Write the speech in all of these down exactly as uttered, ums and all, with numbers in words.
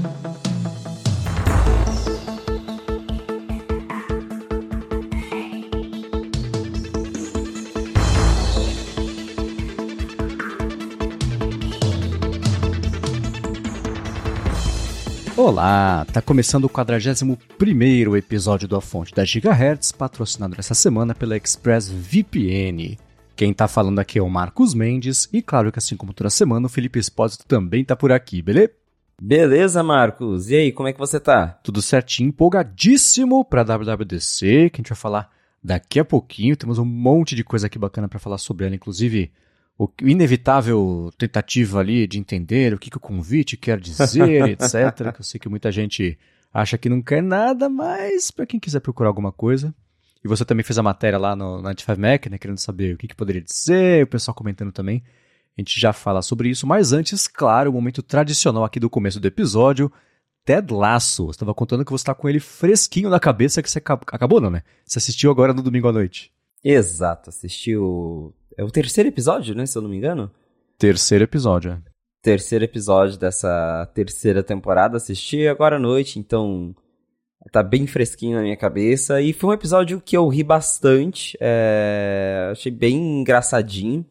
Olá, tá começando o quadragésimo primeiro episódio do A Fonte da Gigahertz, patrocinado essa semana pela ExpressVPN. Quem tá falando aqui é o Marcos Mendes e claro que assim como toda semana o Felipe Espósito também tá por aqui, beleza? Beleza, Marcos. E aí, como é que você tá? Tudo certinho, empolgadíssimo pra W W D C, que a gente vai falar daqui a pouquinho. Temos um monte de coisa aqui bacana pra falar sobre ela, inclusive o inevitável tentativa ali de entender o que, que o convite quer dizer, etcétera. Que eu sei que muita gente acha que não quer nada, mas para quem quiser procurar alguma coisa. E você também fez a matéria lá no noventa e cinco Mac, né, querendo saber o que, que poderia dizer, o pessoal comentando também. A gente já fala sobre isso, mas antes, claro, o momento tradicional aqui do começo do episódio, Ted Lasso. Você estava contando que você está com ele fresquinho na cabeça, que você acabou, acabou não, né? Você assistiu agora no domingo à noite. Exato, assisti o... É o terceiro episódio, né, se eu não me engano? Terceiro episódio, é. Terceiro episódio dessa terceira temporada, assisti agora à noite, então tá bem fresquinho na minha cabeça. E foi um episódio que eu ri bastante, é... achei bem engraçadinho.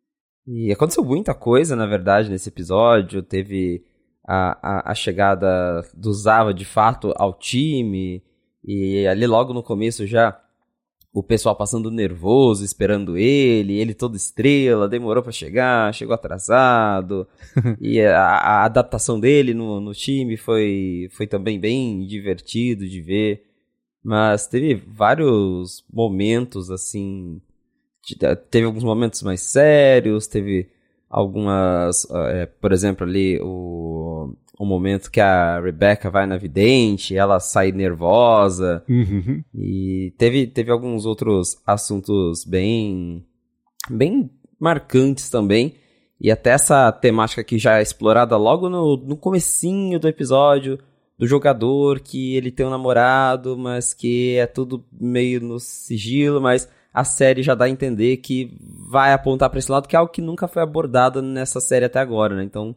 E aconteceu muita coisa, na verdade, nesse episódio. Teve a, a, a chegada do Zava, de fato, ao time. E ali logo no começo já o pessoal passando nervoso, esperando ele, ele todo estrela, demorou pra chegar, chegou atrasado, e a, a adaptação dele no, no time foi, foi também bem divertido de ver, mas teve vários momentos, assim, teve alguns momentos mais sérios, teve algumas, é, por exemplo, ali o... um momento que a Rebecca vai na vidente, ela sai nervosa, uhum. E teve, teve alguns outros assuntos bem, bem marcantes também, e até essa temática que já é explorada logo no, no comecinho do episódio, do jogador que ele tem um namorado, mas que é tudo meio no sigilo, mas a série já dá a entender que vai apontar para esse lado, que é algo que nunca foi abordado nessa série até agora, né? Então,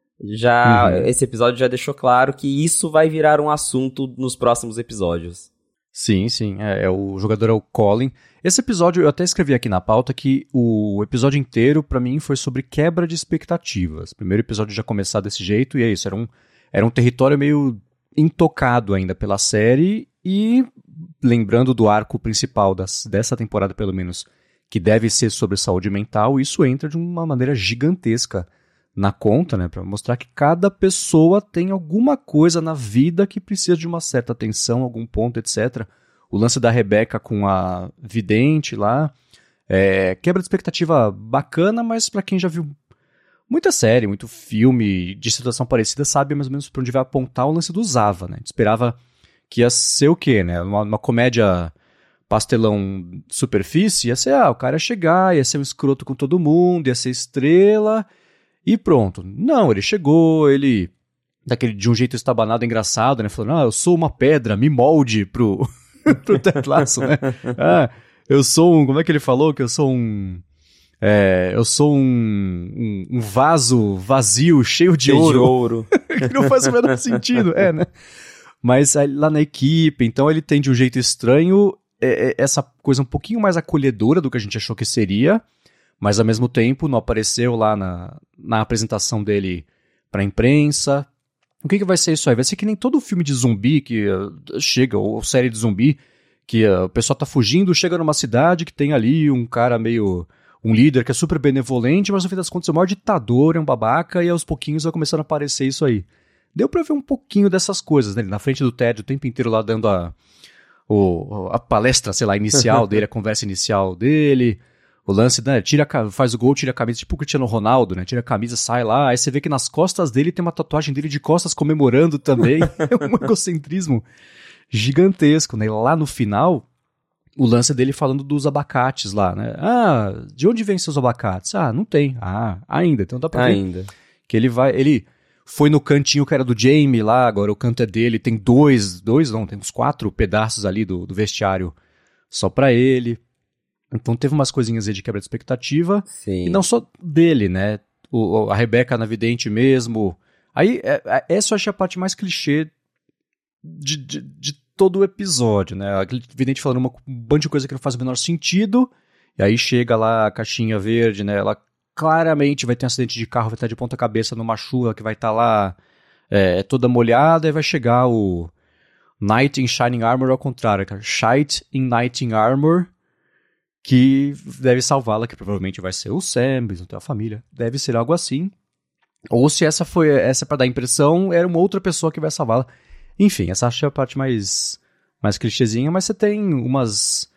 já uhum. esse episódio já deixou claro que isso vai virar um assunto nos próximos episódios. Sim, sim. É, é, o jogador é o Colin. Esse episódio, eu até escrevi aqui na pauta que o episódio inteiro, pra mim, foi sobre quebra de expectativas. O primeiro episódio já começar desse jeito, e é isso. Era um, era um território meio intocado ainda pela série, e lembrando do arco principal das, dessa temporada, pelo menos, que deve ser sobre saúde mental, isso entra de uma maneira gigantesca na conta, né, para mostrar que cada pessoa tem alguma coisa na vida que precisa de uma certa atenção, algum ponto, etcétera. O lance da Rebecca com a vidente lá, é, quebra de expectativa bacana, mas para quem já viu muita série, muito filme de situação parecida, sabe mais ou menos para onde vai apontar o lance do Zava, né? A gente esperava que ia ser o quê, né? Uma, uma comédia pastelão superfície, ia ser, ah, o cara ia chegar, ia ser um escroto com todo mundo, ia ser estrela, e pronto. Não, ele chegou, ele, daquele, de um jeito estabanado, engraçado, né? Falando, ah, eu sou uma pedra, me molde pro, pro Ted Lasso, né? Ah, eu sou um, como é que ele falou? Que eu sou um... É, eu sou um, um, um vaso vazio, cheio de cheio ouro. De ouro. Que não faz o menor sentido, é, né? Mas aí, lá na equipe, então ele tem de um jeito estranho é, é, essa coisa um pouquinho mais acolhedora do que a gente achou que seria, mas ao mesmo tempo não apareceu lá na, na apresentação dele pra imprensa. O que, que vai ser isso aí? Vai ser que nem todo filme de zumbi que uh, chega, ou série de zumbi, que uh, o pessoal tá fugindo, chega numa cidade que tem ali um cara meio... um líder que é super benevolente, mas no fim das contas é o maior ditador, é um babaca, e aos pouquinhos vai começando a aparecer isso aí. Deu pra ver um pouquinho dessas coisas, né? Ele na frente do Ted o tempo inteiro lá dando a, o, a palestra, sei lá, inicial dele, a conversa inicial dele, o lance, né? Tira, faz o gol, tira a camisa, tipo o Cristiano Ronaldo, né? Tira a camisa, sai lá, aí você vê que nas costas dele tem uma tatuagem dele de costas comemorando também. É um egocentrismo gigantesco, né? E lá no final... o lance dele falando dos abacates lá, né? Ah, de onde vem seus abacates? Ah, não tem. Ah, ainda. Então dá pra ver ainda. Que ele vai... Ele foi no cantinho que era do Jamie lá, agora o canto é dele. Tem dois, dois não, tem uns quatro pedaços ali do, do vestiário só pra ele. Então teve umas coisinhas aí de quebra de expectativa. Sim. E não só dele, né? O, a Rebecca na vidente mesmo, Aí, é, é, essa eu achei a parte mais clichê de, de, de todo o episódio, né? Aquele vidente falando uma, um bando de coisa que não faz o menor sentido, e aí chega lá a caixinha verde, né? Ela claramente vai ter um acidente de carro, vai estar de ponta cabeça numa chuva que vai estar lá é, toda molhada, e vai chegar o Knight in Shining Armor ao contrário, cara. Shite in Knight in Armor, que deve salvá-la, que provavelmente vai ser o Sam, eles não tem a família. Deve ser algo assim. Ou se essa foi essa para dar impressão, era uma outra pessoa que vai salvá-la. Enfim, essa acho que é a parte mais, mais clichêzinha, mas você tem umas...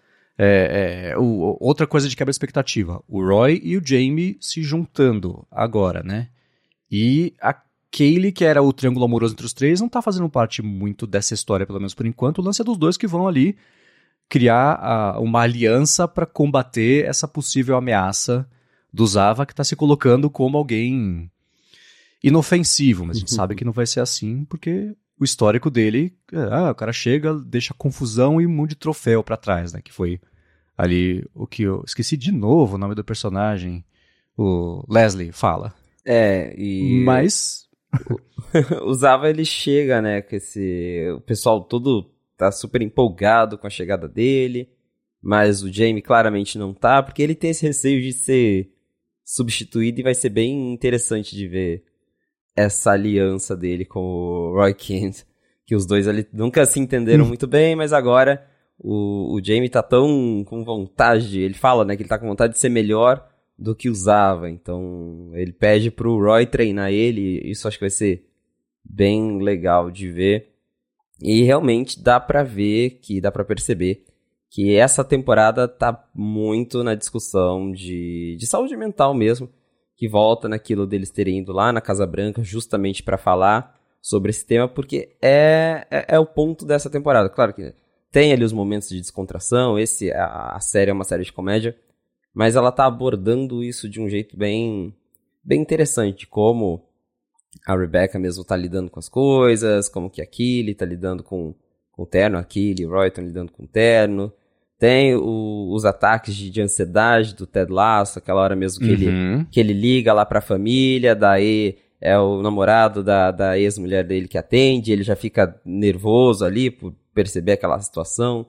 É, é, o, outra coisa de quebra de expectativa. O Roy e o Jamie se juntando agora, né? E a Kaylee, que era o triângulo amoroso entre os três, não tá fazendo parte muito dessa história, pelo menos por enquanto. O lance é dos dois que vão ali criar a, uma aliança para combater essa possível ameaça do Zava, que tá se colocando como alguém inofensivo, mas a gente sabe que não vai ser assim, porque o histórico dele, ah, o cara chega, deixa confusão e um monte de troféu pra trás, né, que foi ali o que eu esqueci de novo o nome do personagem, o Leslie fala. É, e... Mas... o Zava, ele chega, né, com esse... o pessoal todo tá super empolgado com a chegada dele, mas o Jamie claramente não tá, porque ele tem esse receio de ser substituído, e vai ser bem interessante de ver essa aliança dele com o Roy Kent, que os dois ali nunca se entenderam muito bem, mas agora o, o Jamie tá tão com vontade, ele fala, né, que ele tá com vontade de ser melhor do que usava, então ele pede pro Roy treinar ele, isso acho que vai ser bem legal de ver, e realmente dá pra ver, que dá pra perceber que essa temporada tá muito na discussão de, de saúde mental mesmo, que volta naquilo deles terem ido lá na Casa Branca justamente para falar sobre esse tema, porque é, é, é o ponto dessa temporada. Claro que tem ali os momentos de descontração, esse, a, a série é uma série de comédia, mas ela tá abordando isso de um jeito bem, bem interessante, como a Rebecca mesmo tá lidando com as coisas, como que a Keely tá lidando com, com o terno, a Keely e o Roy estão lidando com o terno. Tem o, os ataques de, de ansiedade do Ted Lasso, aquela hora mesmo que, uhum. ele, que ele liga lá pra família, daí é o namorado da, da ex-mulher dele que atende, ele já fica nervoso ali por perceber aquela situação.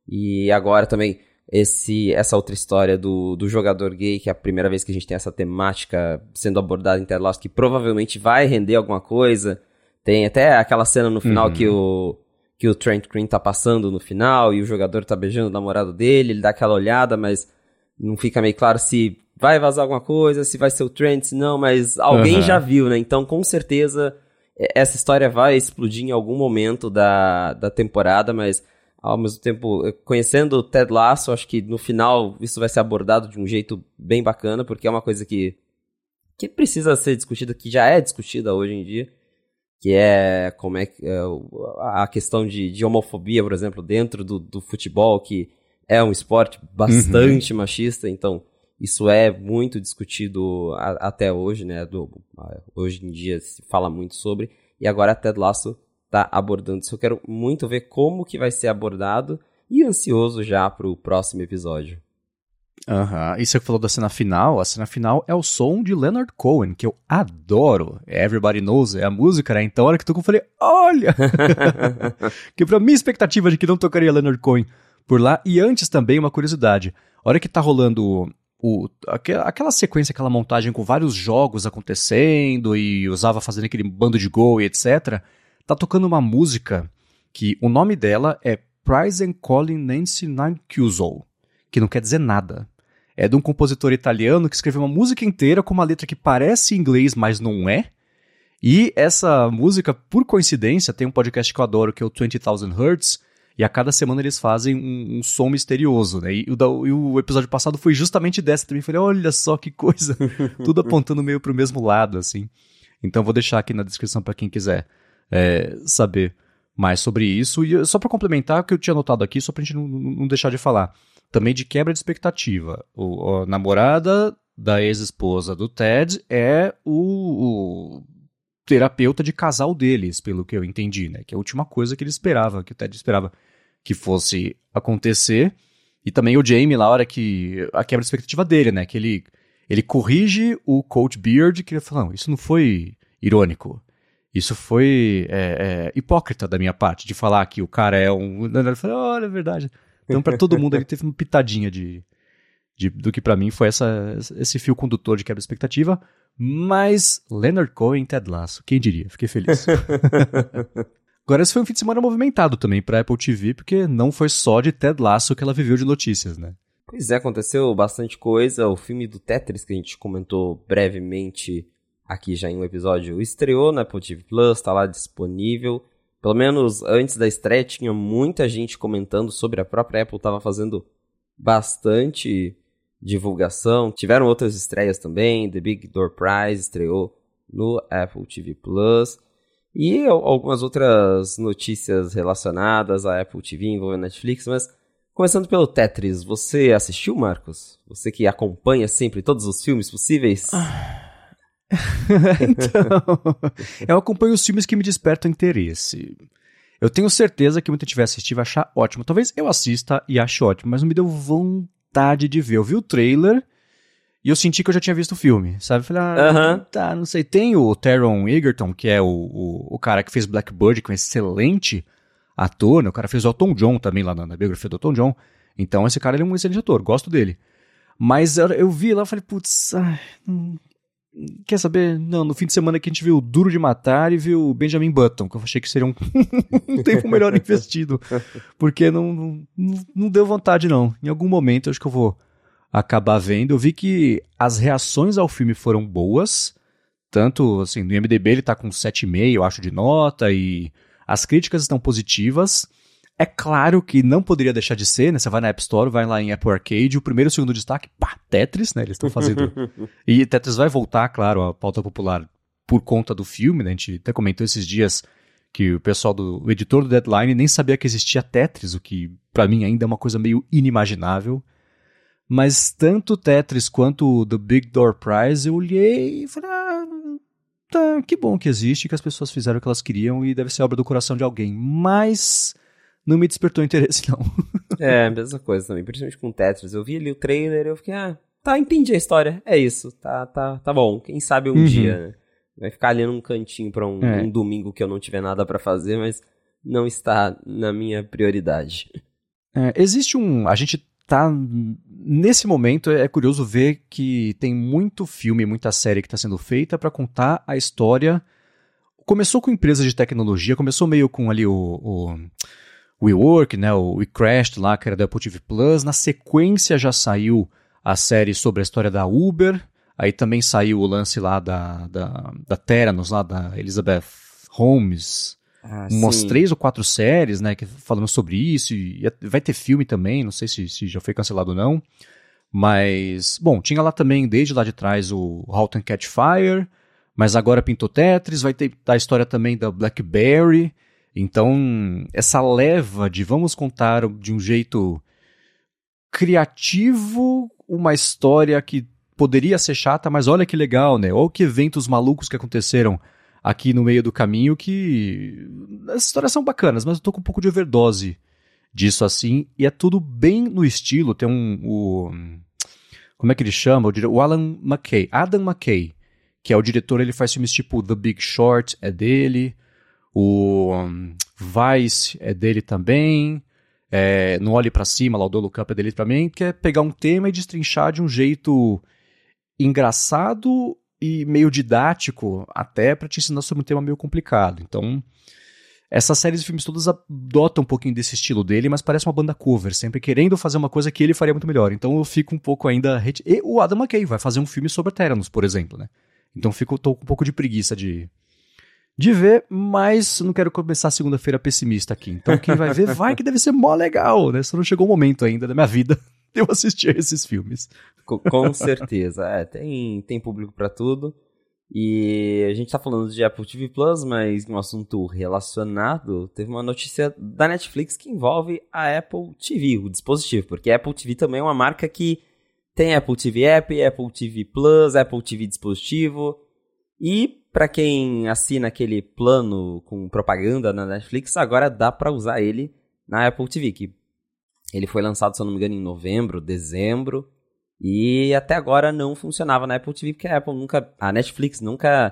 E agora também esse, essa outra história do, do jogador gay, que é a primeira vez que a gente tem essa temática sendo abordada em Ted Lasso, que provavelmente vai render alguma coisa. Tem até aquela cena no final uhum. que o... que o Trent Green tá passando no final e o jogador tá beijando o namorado dele, ele dá aquela olhada, mas não fica meio claro se vai vazar alguma coisa, se vai ser o Trent, se não, mas alguém uhum. já viu, né? Então, com certeza, essa história vai explodir em algum momento da, da temporada, mas, ao mesmo tempo, conhecendo o Ted Lasso, acho que no final isso vai ser abordado de um jeito bem bacana, porque é uma coisa que, que precisa ser discutida, que já é discutida hoje em dia, que é como é, é a questão de, de homofobia, por exemplo, dentro do, do futebol, que é um esporte bastante uhum. machista, então isso é muito discutido a, até hoje, né? Do, hoje em dia se fala muito sobre, e agora a Ted Lasso está abordando isso. Eu quero muito ver como que vai ser abordado e ansioso já para o próximo episódio. Aham, uhum. E você falou da cena final, a cena final é o som de Leonard Cohen, que eu adoro. Everybody Knows, é a música, né? Então, a hora que tocou, eu falei, olha! Que pra minha expectativa de que não tocaria Leonard Cohen por lá. E antes também, uma curiosidade, a hora que tá rolando o, aquela sequência, aquela montagem com vários jogos acontecendo e usava fazendo aquele bando de gol e etcétera, tá tocando uma música que o nome dela é Prize and Calling Nancy Nancuso, que não quer dizer nada. É de um compositor italiano que escreveu uma música inteira com uma letra que parece inglês, mas não é. E essa música, por coincidência, tem um podcast que eu adoro, que é o twenty thousand Hertz, e a cada semana eles fazem um, um som misterioso, né? E o, da, e o episódio passado foi justamente dessa também. Falei, olha só que coisa, tudo apontando meio pro mesmo lado, assim. Então vou deixar aqui na descrição para quem quiser é, saber mais sobre isso. E só para complementar o que eu tinha anotado aqui, só pra gente não, não deixar de falar. Também de quebra de expectativa. O, a namorada da ex-esposa do Ted é o, o terapeuta de casal deles, pelo que eu entendi, né? Que é a última coisa que ele esperava, que o Ted esperava que fosse acontecer. E também o Jamie, na hora que... a quebra de expectativa dele, né? Que ele, ele corrige o Coach Beard, que ele fala, não, isso não foi irônico. Isso foi é, é, hipócrita da minha parte, de falar que o cara é um... Eu falei, olha, é verdade. Então, pra todo mundo, ele teve uma pitadinha de, de, do que pra mim foi essa, esse fio condutor de quebra de expectativa. Mas Leonard Cohen e Ted Lasso, quem diria? Fiquei feliz. Agora, esse foi um fim de semana movimentado também pra Apple T V, porque não foi só de Ted Lasso que ela viveu de notícias, né? Pois é, aconteceu bastante coisa. O filme do Tetris, que a gente comentou brevemente aqui já em um episódio, estreou na Apple T V Plus, tá lá disponível. Pelo menos antes da estreia tinha muita gente comentando sobre, a própria Apple estava fazendo bastante divulgação. Tiveram outras estreias também, The Big Door Prize estreou no Apple T V Plus. E algumas outras notícias relacionadas à Apple T V envolvendo Netflix, mas começando pelo Tetris, você assistiu, Marcos? Você que acompanha sempre todos os filmes possíveis? Então, eu acompanho os filmes que me despertam interesse. Eu tenho certeza que muita gente vai assistir e vai achar ótimo. Talvez eu assista e ache ótimo, mas não me deu vontade de ver. Eu vi o trailer e eu senti que eu já tinha visto o filme, sabe? Falei, ah, Uhum. tá, não sei. Tem o Taron Egerton, que é o, o, o cara que fez Blackbird, que é um excelente ator, né? O cara fez o Elton John também lá na, na biografia do Elton John. Então esse cara ele é um excelente ator, gosto dele. Mas eu, eu vi lá e falei, putz, ai, hum, quer saber? Não, no fim de semana que a gente viu Duro de Matar e viu Benjamin Button, que eu achei que seria um, um tempo melhor investido. Porque não, não, não deu vontade, não. Em algum momento eu acho que eu vou acabar vendo. Eu vi que as reações ao filme foram boas. Tanto, assim, no I M D B ele tá com sete vírgula cinco, eu acho, de nota, e as críticas estão positivas. É claro que não poderia deixar de ser, né? Você vai na App Store, vai lá em Apple Arcade, o primeiro e o segundo destaque, pá, Tetris, né? Eles estão fazendo... E Tetris vai voltar, claro, à pauta popular por conta do filme, né? A gente até comentou esses dias que o pessoal do... O editor do Deadline nem sabia que existia Tetris, o que pra mim ainda é uma coisa meio inimaginável. Mas tanto Tetris quanto The Big Door Prize eu olhei e falei, ah, tá, que bom que existe, que as pessoas fizeram o que elas queriam e deve ser obra do coração de alguém. Mas... não me despertou interesse, não. É, a mesma coisa também, principalmente com Tetris. Eu vi ali o trailer e eu fiquei, ah, tá, entendi a história, é isso, tá, tá, tá bom. Quem sabe um Uhum. dia, né? Vai ficar ali num cantinho pra um, É. um domingo que eu não tiver nada pra fazer, mas não está na minha prioridade. É, existe um... A gente tá... Nesse momento é curioso ver que tem muito filme, muita série que está sendo feita para contar a história. Começou com empresas de tecnologia, começou meio com ali o... o WeWork, né, o WeCrashed lá, que era da Apple T V Plus. Na sequência já saiu a série sobre a história da Uber. Aí também saiu o lance lá da, da, da Theranos, lá da Elizabeth Holmes. Ah, Umas sim. três ou quatro séries, né, que falando sobre isso. E vai ter filme também, não sei se, se já foi cancelado ou não. Mas, bom, tinha lá também, desde lá de trás, o Halt and Catch Fire. Mas agora pintou Tetris. Vai ter a história também da BlackBerry. Então, essa leva de vamos contar de um jeito criativo uma história que poderia ser chata, mas olha que legal, né? Olha que eventos malucos que aconteceram aqui no meio do caminho, que as histórias são bacanas, mas eu tô com um pouco de overdose disso assim, e é tudo bem no estilo. Tem um... O, como é que ele chama? O, o Alan McKay. Adam McKay, que é o diretor, ele faz filmes tipo The Big Short, é dele... O um, Vice é dele também, é, No Olhe Pra Cima, lá o Don't Look Up é dele também, que é pegar um tema e destrinchar de um jeito engraçado e meio didático, até pra te ensinar sobre um tema meio complicado. Então, essas séries de filmes todas adotam um pouquinho desse estilo dele, mas parece uma banda cover, sempre querendo fazer uma coisa que ele faria muito melhor. Então eu fico um pouco ainda... Reti- e o Adam McKay vai fazer um filme sobre Theranos, por exemplo, né? Então fico, tô com um pouco de preguiça de... de ver, mas não quero começar segunda-feira pessimista aqui. Então quem vai ver, vai que deve ser mó legal, né? Só não chegou o momento ainda da minha vida de eu assistir a esses filmes. Com, com certeza. É, tem, tem público pra tudo. E a gente tá falando de Apple T V Plus, mas um assunto relacionado, teve uma notícia da Netflix que envolve a Apple T V, o dispositivo, porque a Apple T V também é uma marca que tem Apple T V App, Apple T V Plus, Apple T V dispositivo. E para quem assina aquele plano com propaganda na Netflix, agora dá para usar ele na Apple T V, que ele foi lançado, se eu não me engano, em novembro, dezembro, e até agora não funcionava na Apple T V, porque a Apple nunca, a Netflix nunca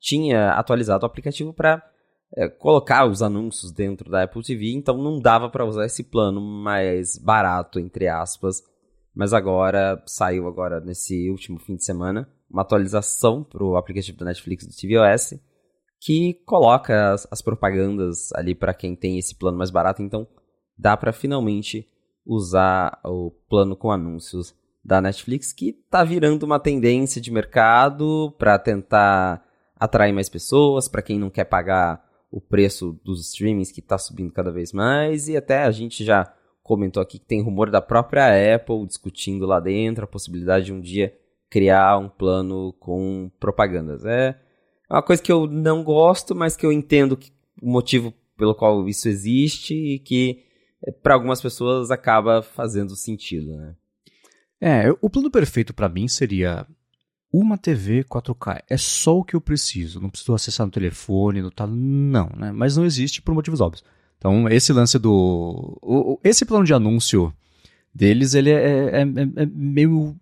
tinha atualizado o aplicativo para é, colocar os anúncios dentro da Apple T V, então não dava para usar esse plano mais barato, entre aspas. Mas agora, saiu agora nesse último fim de semana, uma atualização para o aplicativo da Netflix do tvOS, que coloca as, as propagandas ali para quem tem esse plano mais barato, então dá para finalmente usar o plano com anúncios da Netflix, que está virando uma tendência de mercado para tentar atrair mais pessoas, para quem não quer pagar o preço dos streamings que está subindo cada vez mais, e até a gente já comentou aqui que tem rumor da própria Apple discutindo lá dentro a possibilidade de um dia criar um plano com propagandas. É uma coisa que eu não gosto, mas que eu entendo que, o motivo pelo qual isso existe e que para algumas pessoas acaba fazendo sentido, né? É, o plano perfeito para mim seria uma T V quatro K. É só o que eu preciso. Não preciso acessar no telefone, no tal. Não, né? Mas não existe por motivos óbvios. Então, esse lance do... O, esse plano de anúncio deles, ele é, é, é, é meio...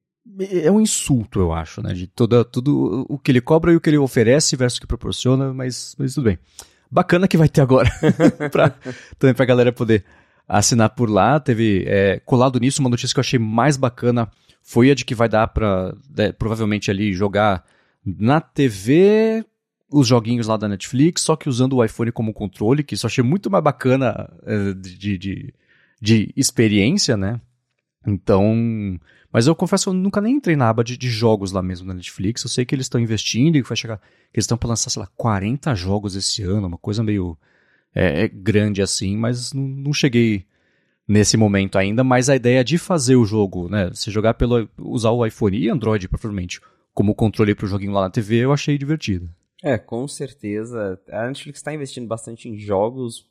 É um insulto, eu acho, né? De toda, tudo o que ele cobra e o que ele oferece versus o que proporciona, mas, mas tudo bem. Bacana que vai ter agora, pra, também pra galera poder assinar por lá. Teve, é, colado nisso, uma notícia que eu achei mais bacana foi a de que vai dar pra, é, provavelmente ali, jogar na T V... os joguinhos lá da Netflix, só que usando o iPhone como controle, que isso eu achei muito mais bacana uh, de, de, de experiência, né? Então... Mas eu confesso que eu nunca nem entrei na aba de, de jogos lá mesmo na Netflix. Eu sei que eles estão investindo e que vai chegar... Que eles estão para lançar, sei lá, quarenta jogos esse ano, uma coisa meio é, é grande assim, mas não, não cheguei nesse momento ainda. Mas a ideia de fazer o jogo, né? Se jogar pelo... usar o iPhone e Android, provavelmente, como controle para o joguinho lá na T V, eu achei divertido. É, com certeza. A Netflix está investindo bastante em jogos,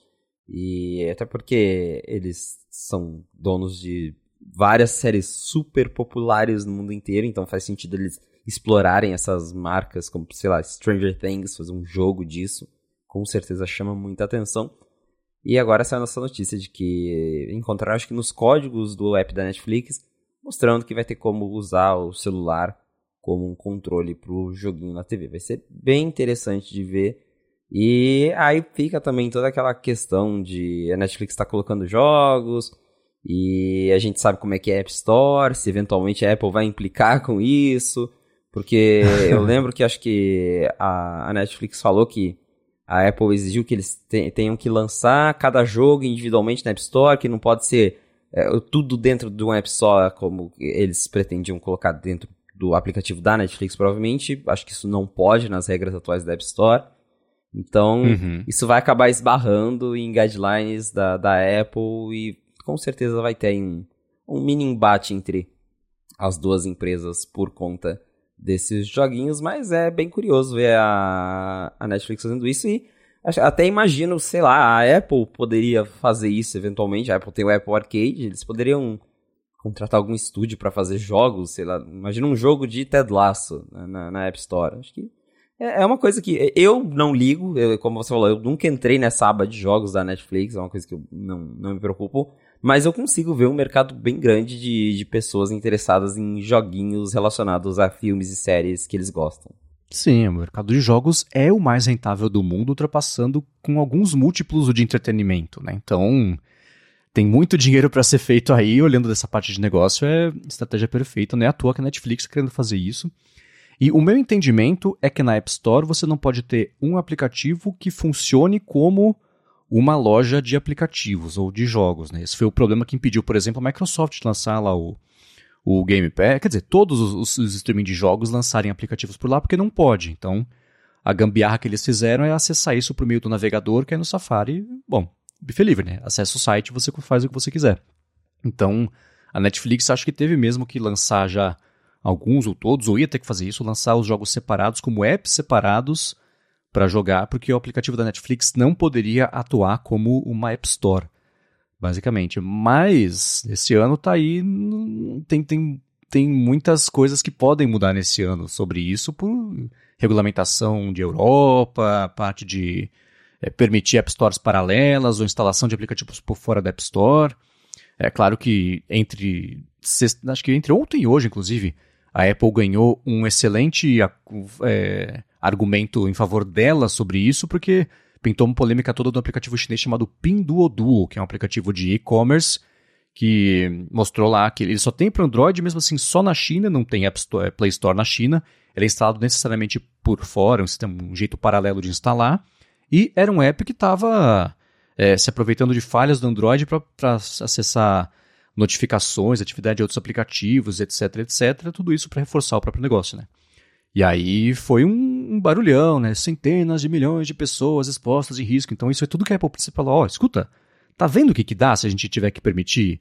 e até porque eles são donos de várias séries super populares no mundo inteiro, então faz sentido eles explorarem essas marcas, como, sei lá, Stranger Things, fazer um jogo disso. Com certeza chama muita atenção. E agora saiu essa notícia de que encontraram, acho que nos códigos do app da Netflix, mostrando que vai ter como usar o celular como um controle pro joguinho na T V. Vai ser bem interessante de ver. E aí fica também toda aquela questão de a Netflix está colocando jogos, e a gente sabe como é que é a App Store, se eventualmente a Apple vai implicar com isso, porque eu lembro que acho que a, a Netflix falou que a Apple exigiu que eles te, tenham que lançar cada jogo individualmente na App Store, que não pode ser é, tudo dentro de um App Store como eles pretendiam colocar dentro do aplicativo da Netflix, provavelmente. Acho que isso não pode nas regras atuais da App Store. Então, uhum. Isso vai acabar esbarrando em guidelines da, da Apple e com certeza vai ter um, um mini embate entre as duas empresas por conta desses joguinhos, mas é bem curioso ver a, a Netflix fazendo isso e até imagino, sei lá, a Apple poderia fazer isso eventualmente. A Apple tem o Apple Arcade, eles poderiam contratar algum estúdio para fazer jogos, sei lá, imagina um jogo de Ted Lasso na, na App Store. Acho que é, é uma coisa que eu não ligo, eu, como você falou, eu nunca entrei nessa aba de jogos da Netflix, é uma coisa que eu não, não me preocupo, mas eu consigo ver um mercado bem grande de, de pessoas interessadas em joguinhos relacionados a filmes e séries que eles gostam. Sim, o mercado de jogos é o mais rentável do mundo, ultrapassando com alguns múltiplos o de entretenimento, né? Então, tem muito dinheiro para ser feito aí, olhando dessa parte de negócio, é estratégia perfeita, não é à toa que a Netflix está querendo fazer isso. E o meu entendimento é que na App Store você não pode ter um aplicativo que funcione como uma loja de aplicativos ou de jogos, né? Esse foi o problema que impediu, por exemplo, a Microsoft de lançar lá o, o Game Pass, quer dizer, todos os, os streaming de jogos lançarem aplicativos por lá, porque não pode. Então, a gambiarra que eles fizeram é acessar isso por meio do navegador, que é no Safari. Bom, bife livre, né? Acessa o site e você faz o que você quiser. Então, a Netflix acho que teve mesmo que lançar já alguns ou todos, ou ia ter que fazer isso, lançar os jogos separados como apps separados para jogar, porque o aplicativo da Netflix não poderia atuar como uma App Store, basicamente. Mas esse ano tá aí, tem, tem, tem muitas coisas que podem mudar nesse ano sobre isso, por regulamentação de Europa, parte de é, permitir App Stores paralelas ou instalação de aplicativos por fora da App Store. É claro que entre, acho que entre ontem e hoje, inclusive, A Apple ganhou um excelente é, argumento em favor dela sobre isso, porque pintou uma polêmica toda do aplicativo chinês chamado Pinduoduo, que é um aplicativo de e-commerce, que mostrou lá que ele só tem para Android, mesmo assim só na China, não tem App Store, Play Store na China, ele é instalado necessariamente por fora, um, sistema, um jeito paralelo de instalar, e era um app que estava é, se aproveitando de falhas do Android para acessar notificações, atividade de outros aplicativos, etc, etc, tudo isso para reforçar o próprio negócio, né? E aí foi um, um barulhão, né? Centenas de milhões de pessoas expostas em risco. Então isso é tudo que a Apple falou, ó, oh, escuta, tá vendo o que, que dá se a gente tiver que permitir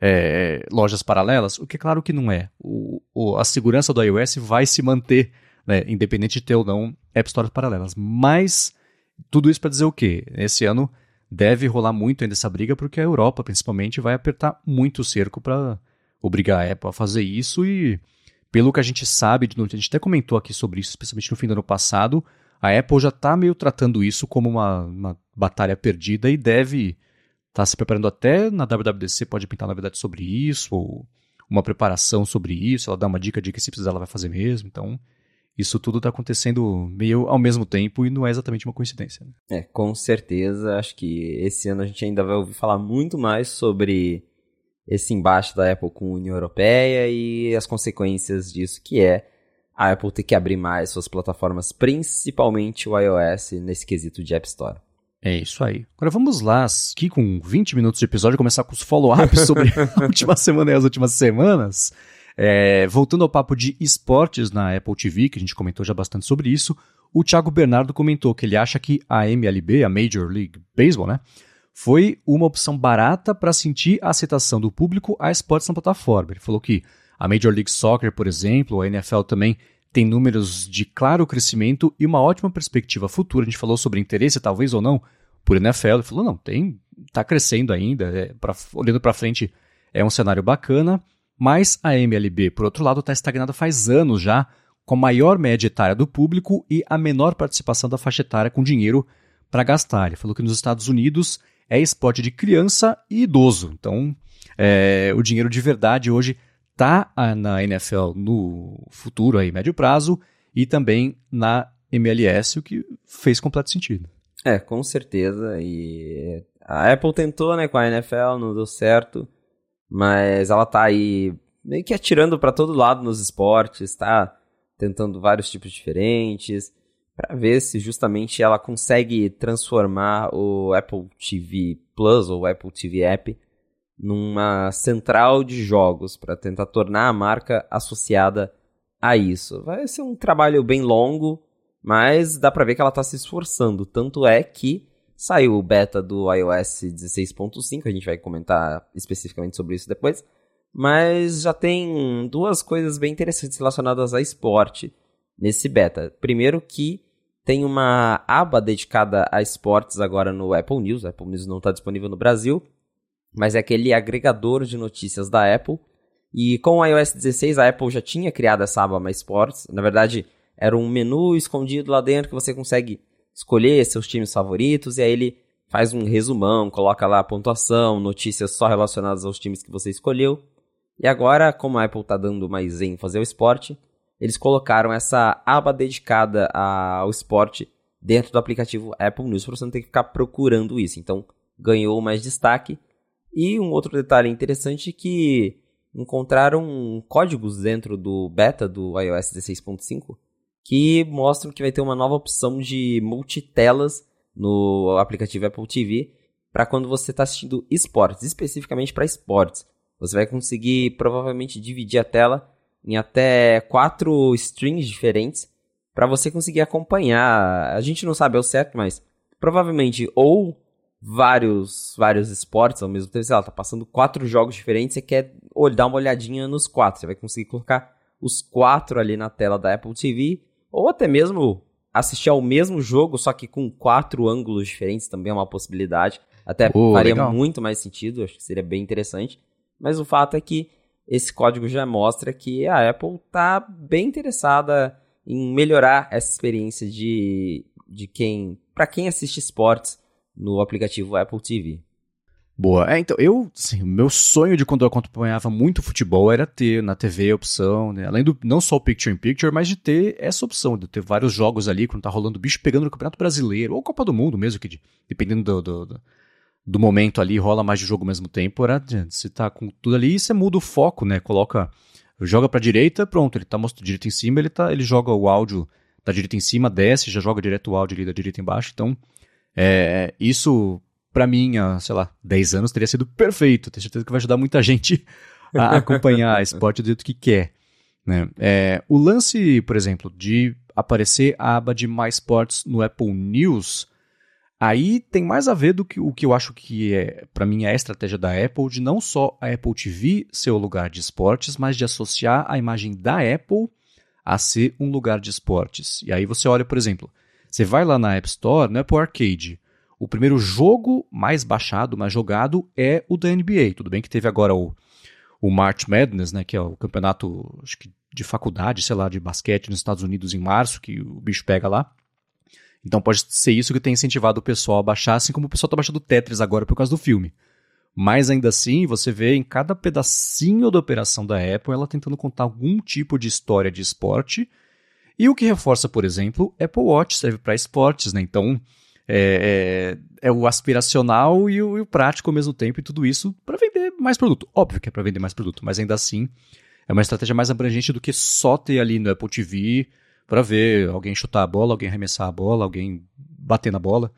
é, lojas paralelas? O que é claro que não é. O, o, a segurança do iOS vai se manter, né, independente de ter ou não App Stores paralelas. Mas tudo isso para dizer o quê? Esse ano deve rolar muito ainda essa briga, porque a Europa, principalmente, vai apertar muito o cerco para obrigar a Apple a fazer isso e, pelo que a gente sabe, a gente até comentou aqui sobre isso, especialmente no fim do ano passado, a Apple já está meio tratando isso como uma, uma batalha perdida e deve estar tá se preparando até na W W D C, pode pintar novidade sobre isso, ou uma preparação sobre isso, ela dá uma dica de que se precisar ela vai fazer mesmo, então isso tudo está acontecendo meio ao mesmo tempo e não é exatamente uma coincidência. Né? É, com certeza, acho que esse ano a gente ainda vai ouvir falar muito mais sobre esse embate da Apple com a União Europeia e as consequências disso, que é a Apple ter que abrir mais suas plataformas, principalmente o iOS, nesse quesito de App Store. É isso aí. Agora vamos lá, aqui com vinte minutos de episódio, começar com os follow-ups sobre a última semana e as últimas semanas. É, voltando ao papo de esportes na Apple T V, que a gente comentou já bastante sobre isso, o Thiago Bernardo comentou que ele acha que a M L B, a Major League Baseball, né, foi uma opção barata para sentir a aceitação do público a esportes na plataforma. Ele falou que a Major League Soccer, por exemplo, a N F L também tem números de claro crescimento e uma ótima perspectiva futura. A gente falou sobre interesse, talvez ou não, por N F L. Ele falou, não, tem, tá crescendo ainda, é, pra, olhando para frente é um cenário bacana. Mas a M L B, por outro lado, está estagnada faz anos já, com a maior média etária do público e a menor participação da faixa etária com dinheiro para gastar. Ele falou que nos Estados Unidos é esporte de criança e idoso. Então, é, o dinheiro de verdade hoje está na N F L no futuro, aí, médio prazo, e também na M L S, o que fez completo sentido. É, com certeza. E a Apple tentou, né, com a N F L, não deu certo. Mas ela tá aí meio que atirando para todo lado nos esportes, tá tentando vários tipos diferentes, para ver se justamente ela consegue transformar o Apple T V Plus ou o Apple T V App numa central de jogos, para tentar tornar a marca associada a isso. Vai ser um trabalho bem longo, mas dá para ver que ela tá se esforçando. Tanto é que saiu o beta do iOS dezesseis ponto cinco, a gente vai comentar especificamente sobre isso depois, mas já tem duas coisas bem interessantes relacionadas a esporte nesse beta. Primeiro que tem uma aba dedicada a esportes agora no Apple News, a Apple News não está disponível no Brasil, mas é aquele agregador de notícias da Apple, e com o iOS dezesseis a Apple já tinha criado essa aba mais esportes, na verdade era um menu escondido lá dentro que você consegue escolher seus times favoritos, e aí ele faz um resumão, coloca lá a pontuação, notícias só relacionadas aos times que você escolheu. E agora, como a Apple está dando mais ênfase ao esporte, eles colocaram essa aba dedicada ao esporte dentro do aplicativo Apple News, para você não ter que ficar procurando isso. Então, ganhou mais destaque. E um outro detalhe interessante é que encontraram códigos dentro do beta do iOS dezesseis ponto cinco que mostram que vai ter uma nova opção de multitelas no aplicativo Apple T V para quando você está assistindo esportes, especificamente para esportes. Você vai conseguir provavelmente dividir a tela em até quatro streams diferentes para você conseguir acompanhar. A gente não sabe ao certo, mas provavelmente ou vários, vários esportes ao mesmo tempo. Sei lá, tá passando quatro jogos diferentes, você quer dar uma olhadinha nos quatro. Você vai conseguir colocar os quatro ali na tela da Apple T V, ou até mesmo assistir ao mesmo jogo, só que com quatro ângulos diferentes também é uma possibilidade. Até oh, faria legal. muito mais sentido, acho que seria bem interessante. Mas o fato é que esse código já mostra que a Apple está bem interessada em melhorar essa experiência de, de quem, para quem assiste esportes no aplicativo Apple T V. Boa. É, então, eu, assim, o meu sonho de quando eu acompanhava muito futebol era ter na T V a opção, né? Além do, não só o Picture in Picture, mas de ter essa opção, de ter vários jogos ali, quando tá rolando o bicho pegando no Campeonato Brasileiro, ou Copa do Mundo mesmo, que de, dependendo do, do, do, do momento ali, rola mais de jogo ao mesmo tempo, era, você tá com tudo ali e você muda o foco, né? Coloca, joga pra direita, pronto, ele tá mostrando direita em cima, ele, tá, ele joga o áudio da direita em cima, desce, já joga direto o áudio ali da direita embaixo, então, é, isso... Pra mim, há, sei lá, dez anos teria sido perfeito. Tenho certeza que vai ajudar muita gente a acompanhar esporte do jeito que quer. Né? É, o lance, por exemplo, de aparecer a aba de Mais Sports no Apple News, aí tem mais a ver do que o que eu acho que é, pra mim, é a estratégia da Apple de não só a Apple T V ser o lugar de esportes, mas de associar a imagem da Apple a ser um lugar de esportes. E aí você olha, por exemplo, você vai lá na App Store, no Apple Arcade, o primeiro jogo mais baixado, mais jogado, é o da N B A. Tudo bem que teve agora o, o March Madness, né, que é o campeonato acho que de faculdade, sei lá, de basquete nos Estados Unidos em março, que o bicho pega lá. Então pode ser isso que tem incentivado o pessoal a baixar, assim como o pessoal está baixando o Tetris agora por causa do filme. Mas ainda assim, você vê em cada pedacinho da operação da Apple, ela tentando contar algum tipo de história de esporte. E o que reforça, por exemplo, Apple Watch serve para esportes, né? Então... É, é, é o aspiracional e o, e o prático ao mesmo tempo, e tudo isso para vender mais produto. Óbvio que é para vender mais produto, mas ainda assim é uma estratégia mais abrangente do que só ter ali no Apple T V para ver alguém chutar a bola, alguém arremessar a bola, alguém bater na bola.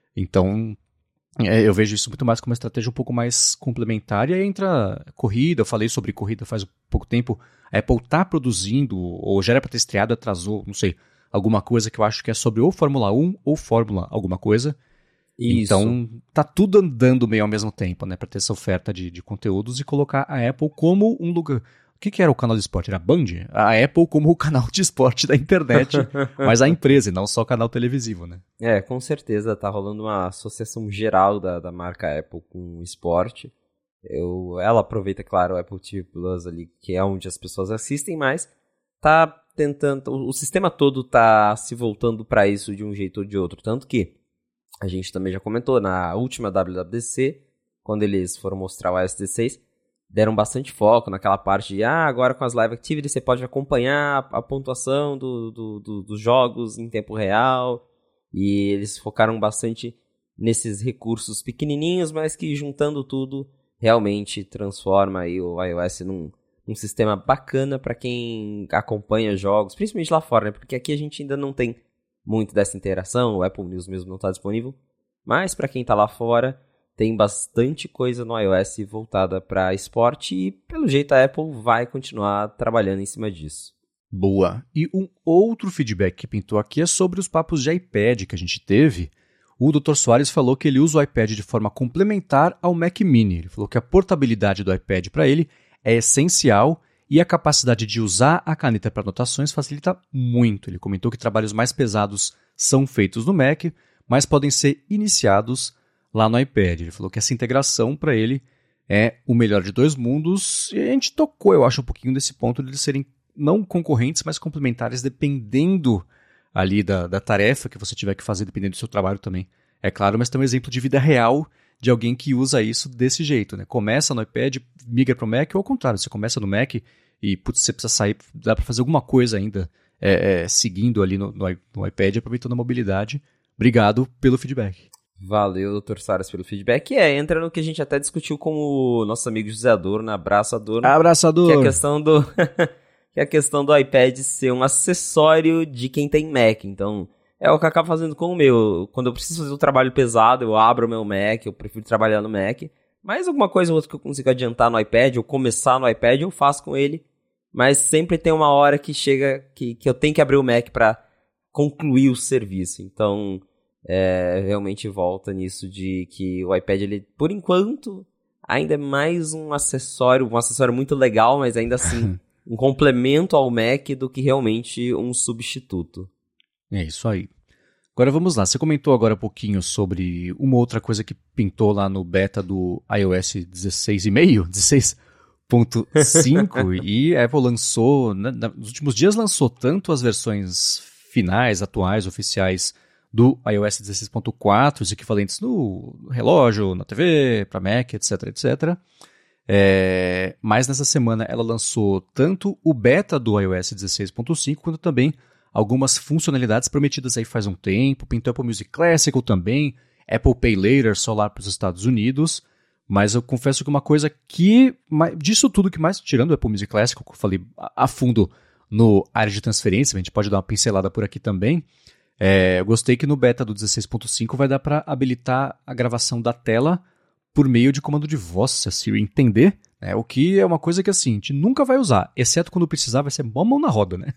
Então é, eu vejo isso muito mais como uma estratégia um pouco mais complementar. E aí entra corrida, eu falei sobre corrida faz pouco tempo, a Apple está produzindo, ou já era para ter estreado, atrasou, não sei, alguma coisa que eu acho que é sobre ou Fórmula um ou Fórmula alguma coisa. Isso. Então, tá tudo andando meio ao mesmo tempo, né? Pra ter essa oferta de, de conteúdos e colocar a Apple como um lugar... O que, que era o canal de esporte? Era a Band? A Apple como o canal de esporte da internet, mas a empresa e não só o canal televisivo, né? É, com certeza tá rolando uma associação geral da, da marca Apple com o esporte. Eu, ela aproveita, claro, o Apple T V Plus ali, que é onde as pessoas assistem, mas tá... tentando, o sistema todo tá se voltando para isso de um jeito ou de outro, tanto que a gente também já comentou na última W W D C, quando eles foram mostrar o iOS dezesseis, deram bastante foco naquela parte de, ah, agora com as Live Activities você pode acompanhar a pontuação do, do, do, dos jogos em tempo real, e eles focaram bastante nesses recursos pequenininhos, mas que juntando tudo realmente transforma aí o iOS num um sistema bacana para quem acompanha jogos, principalmente lá fora, né? Porque aqui a gente ainda não tem muito dessa interação, o Apple News mesmo não está disponível, mas para quem está lá fora, tem bastante coisa no iOS voltada para esporte e, pelo jeito, a Apple vai continuar trabalhando em cima disso. Boa. E um outro feedback que pintou aqui é sobre os papos de iPad que a gente teve. O doutor Soares falou que ele usa o iPad de forma complementar ao Mac Mini. Ele falou que a portabilidade do iPad para ele é essencial e a capacidade de usar a caneta para anotações facilita muito. Ele comentou que trabalhos mais pesados são feitos no Mac, mas podem ser iniciados lá no iPad. Ele falou que essa integração para ele é o melhor de dois mundos, e a gente tocou, eu acho, um pouquinho desse ponto de eles serem não concorrentes, mas complementares, dependendo ali da, da tarefa que você tiver que fazer, dependendo do seu trabalho também. É claro, mas tem um exemplo de vida real de alguém que usa isso desse jeito, né? Começa no iPad, migra para o Mac, ou ao contrário, você começa no Mac e, putz, você precisa sair, dá para fazer alguma coisa ainda é, é, seguindo ali no, no, no iPad, aproveitando a mobilidade. Obrigado pelo feedback. Valeu, doutor Saras, pelo feedback. É, entra no que a gente até discutiu com o nosso amigo José Adorno, abraço Adorno. Abraço Adorno. Que é a questão do, que é a questão do iPad ser um acessório de quem tem Mac, então... É o que eu acabo fazendo com o meu. Quando eu preciso fazer um trabalho pesado, eu abro o meu Mac, eu prefiro trabalhar no Mac. Mas alguma coisa ou outra que eu consigo adiantar no iPad, ou começar no iPad, eu faço com ele. Mas sempre tem uma hora que chega, que, que eu tenho que abrir o Mac para concluir o serviço. Então, é, realmente volta nisso de que o iPad, ele, por enquanto, ainda é mais um acessório, um acessório muito legal, mas ainda assim, um complemento ao Mac do que realmente um substituto. É isso aí. Agora vamos lá, você comentou agora um pouquinho sobre uma outra coisa que pintou lá no beta do iOS dezesseis ponto cinco, dezesseis ponto cinco, e a Apple lançou, né, nos últimos dias lançou tanto as versões finais, atuais, oficiais do iOS dezesseis ponto quatro, os equivalentes no relógio, na T V, para Mac, etc, etcétera. É, mas nessa semana ela lançou tanto o beta do iOS dezesseis ponto cinco, quanto também algumas funcionalidades prometidas aí faz um tempo. Pintou Apple Music Classical também, Apple Pay Later só lá para os Estados Unidos. Mas eu confesso que uma coisa que, disso tudo que mais, tirando o Apple Music Classical, que eu falei a fundo no área de transferência, a gente pode dar uma pincelada por aqui também, é, eu gostei que no beta do dezesseis ponto cinco vai dar para habilitar a gravação da tela por meio de comando de voz, se a Siri entender, né? O que é uma coisa que assim, a gente nunca vai usar, exceto quando precisar, vai ser mó mão na roda, né?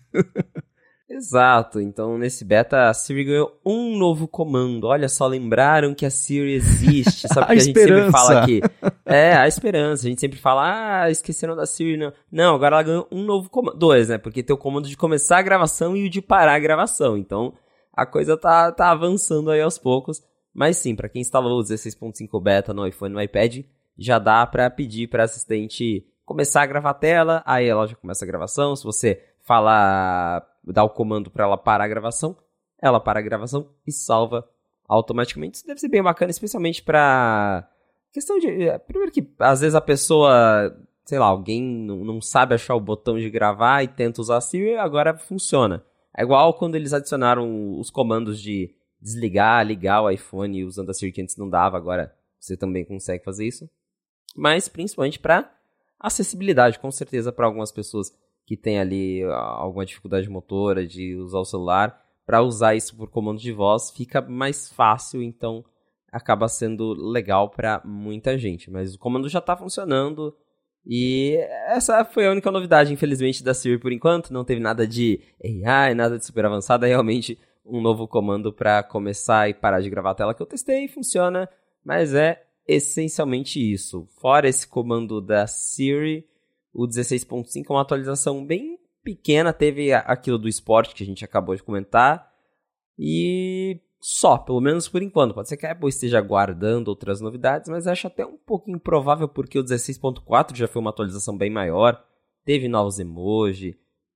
Exato, então nesse beta a Siri ganhou um novo comando. Olha só, lembraram que a Siri existe, sabe? A, a gente sempre fala aqui. É, a esperança, a gente sempre fala, ah, esqueceram da Siri, não. Não, agora ela ganhou um novo comando, dois, né? Porque tem o comando de começar a gravação e o de parar a gravação, então a coisa tá, tá avançando aí aos poucos. Mas sim, para quem instalou o dezesseis ponto cinco beta no iPhone e no iPad, já dá para pedir para assistente começar a gravar a tela, aí ela já começa a gravação. Se você falar, dar o comando para ela parar a gravação, ela para a gravação e salva automaticamente. Isso deve ser bem bacana, especialmente para questão de... Primeiro que às vezes a pessoa, sei lá, alguém não, não sabe achar o botão de gravar e tenta usar a Siri, agora funciona. É igual quando eles adicionaram os comandos de desligar, ligar o iPhone usando a Siri, que antes não dava, agora você também consegue fazer isso. Mas principalmente para acessibilidade, com certeza para algumas pessoas que têm ali alguma dificuldade motora de usar o celular, para usar isso por comando de voz fica mais fácil, então acaba sendo legal para muita gente. Mas o comando já está funcionando e essa foi a única novidade, infelizmente, da Siri por enquanto. Não teve nada de A I, nada de super avançado, é realmente um novo comando para começar e parar de gravar a tela que eu testei e funciona, mas é essencialmente isso. Fora esse comando da Siri, o dezesseis ponto cinco é uma atualização bem pequena, teve aquilo do esporte que a gente acabou de comentar, e só, pelo menos por enquanto. Pode ser que a Apple esteja guardando outras novidades, mas acho até um pouco improvável, porque o dezesseis ponto quatro já foi uma atualização bem maior, teve novos emoji,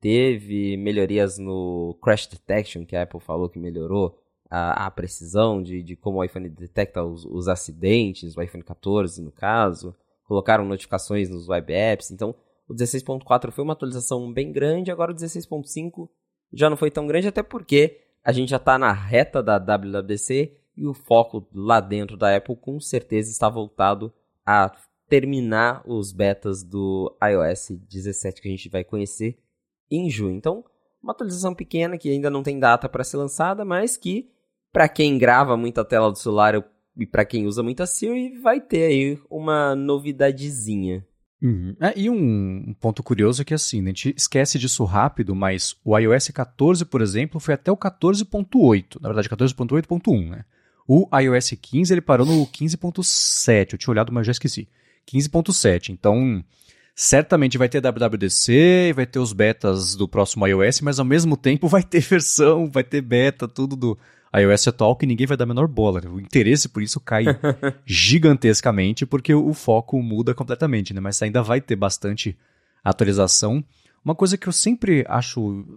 teve melhorias no Crash Detection, que a Apple falou que melhorou a, a precisão de, de como o iPhone detecta os, os acidentes, o iPhone quatorze no caso. Colocaram notificações nos web apps. Então, o dezesseis ponto quatro foi uma atualização bem grande, agora o dezesseis ponto cinco já não foi tão grande, até porque a gente já está na reta da W W D C e o foco lá dentro da Apple com certeza está voltado a terminar os betas do iOS dezessete que a gente vai conhecer em junho. Então, uma atualização pequena que ainda não tem data para ser lançada, mas que, para quem grava muita tela do celular e para quem usa muita Siri, vai ter aí uma novidadezinha. Uhum. É, e um, um ponto curioso é que assim, a gente esquece disso rápido, mas o iOS quatorze, por exemplo, foi até o quatorze ponto oito. Na verdade, quatorze ponto oito ponto um, né? O iOS quinze, ele parou no quinze ponto sete. Eu tinha olhado, mas já esqueci. quinze ponto sete. Então, certamente vai ter W W D C, vai ter os betas do próximo iOS, mas ao mesmo tempo vai ter versão, vai ter beta, tudo do iOS atual que ninguém vai dar a menor bola. O interesse por isso cai gigantescamente, porque o foco muda completamente, né? Mas ainda vai ter bastante atualização. Uma coisa que eu sempre acho,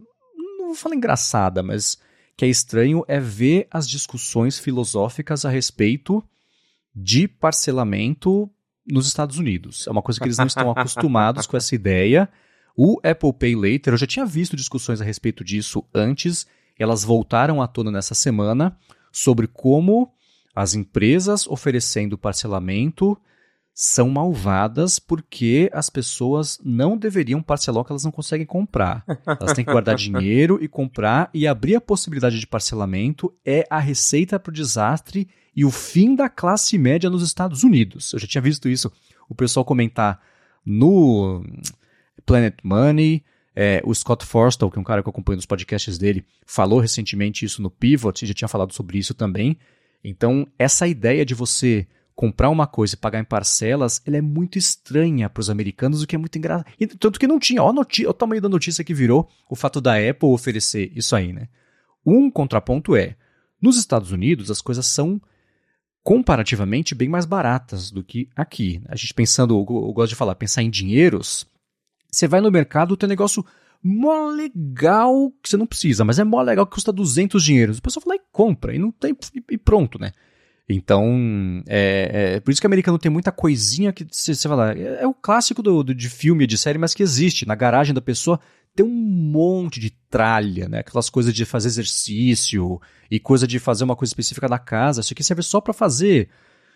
não vou falar engraçada, mas que é estranho, é ver as discussões filosóficas a respeito de parcelamento nos Estados Unidos. É uma coisa que eles não estão acostumados com essa ideia. O Apple Pay Later, eu já tinha visto discussões a respeito disso antes, elas voltaram à tona nessa semana, sobre como as empresas oferecendo parcelamento são malvadas porque as pessoas não deveriam parcelar o que elas não conseguem comprar. Elas têm que guardar dinheiro e comprar, e abrir a possibilidade de parcelamento é a receita para o desastre e o fim da classe média nos Estados Unidos. Eu já tinha visto isso, o pessoal comentar no Planet Money. É, o Scott Forstall, que é um cara que eu acompanho nos podcasts dele, falou recentemente isso no Pivot, e já tinha falado sobre isso também. Então, essa ideia de você comprar uma coisa e pagar em parcelas, ela é muito estranha para os americanos, o que é muito engraçado. E, tanto que não tinha, olha o tamanho da notícia que virou o fato da Apple oferecer isso aí, né? Um contraponto é, nos Estados Unidos as coisas são comparativamente bem mais baratas do que aqui. A gente pensando, eu gosto de falar, pensar em dinheiros, você vai no mercado, tem negócio mó legal que você não precisa, mas é mó legal que custa duzentos dinheiros. O pessoal fala e compra, e não tem, e pronto, né? Então, é, é por isso que o americano tem muita coisinha que você, você fala, é, é o clássico do, do, de filme, de série, mas que existe. Na garagem da pessoa tem um monte de tralha, né? Aquelas coisas de fazer exercício e coisa de fazer uma coisa específica da casa. Isso aqui serve só pra fazer,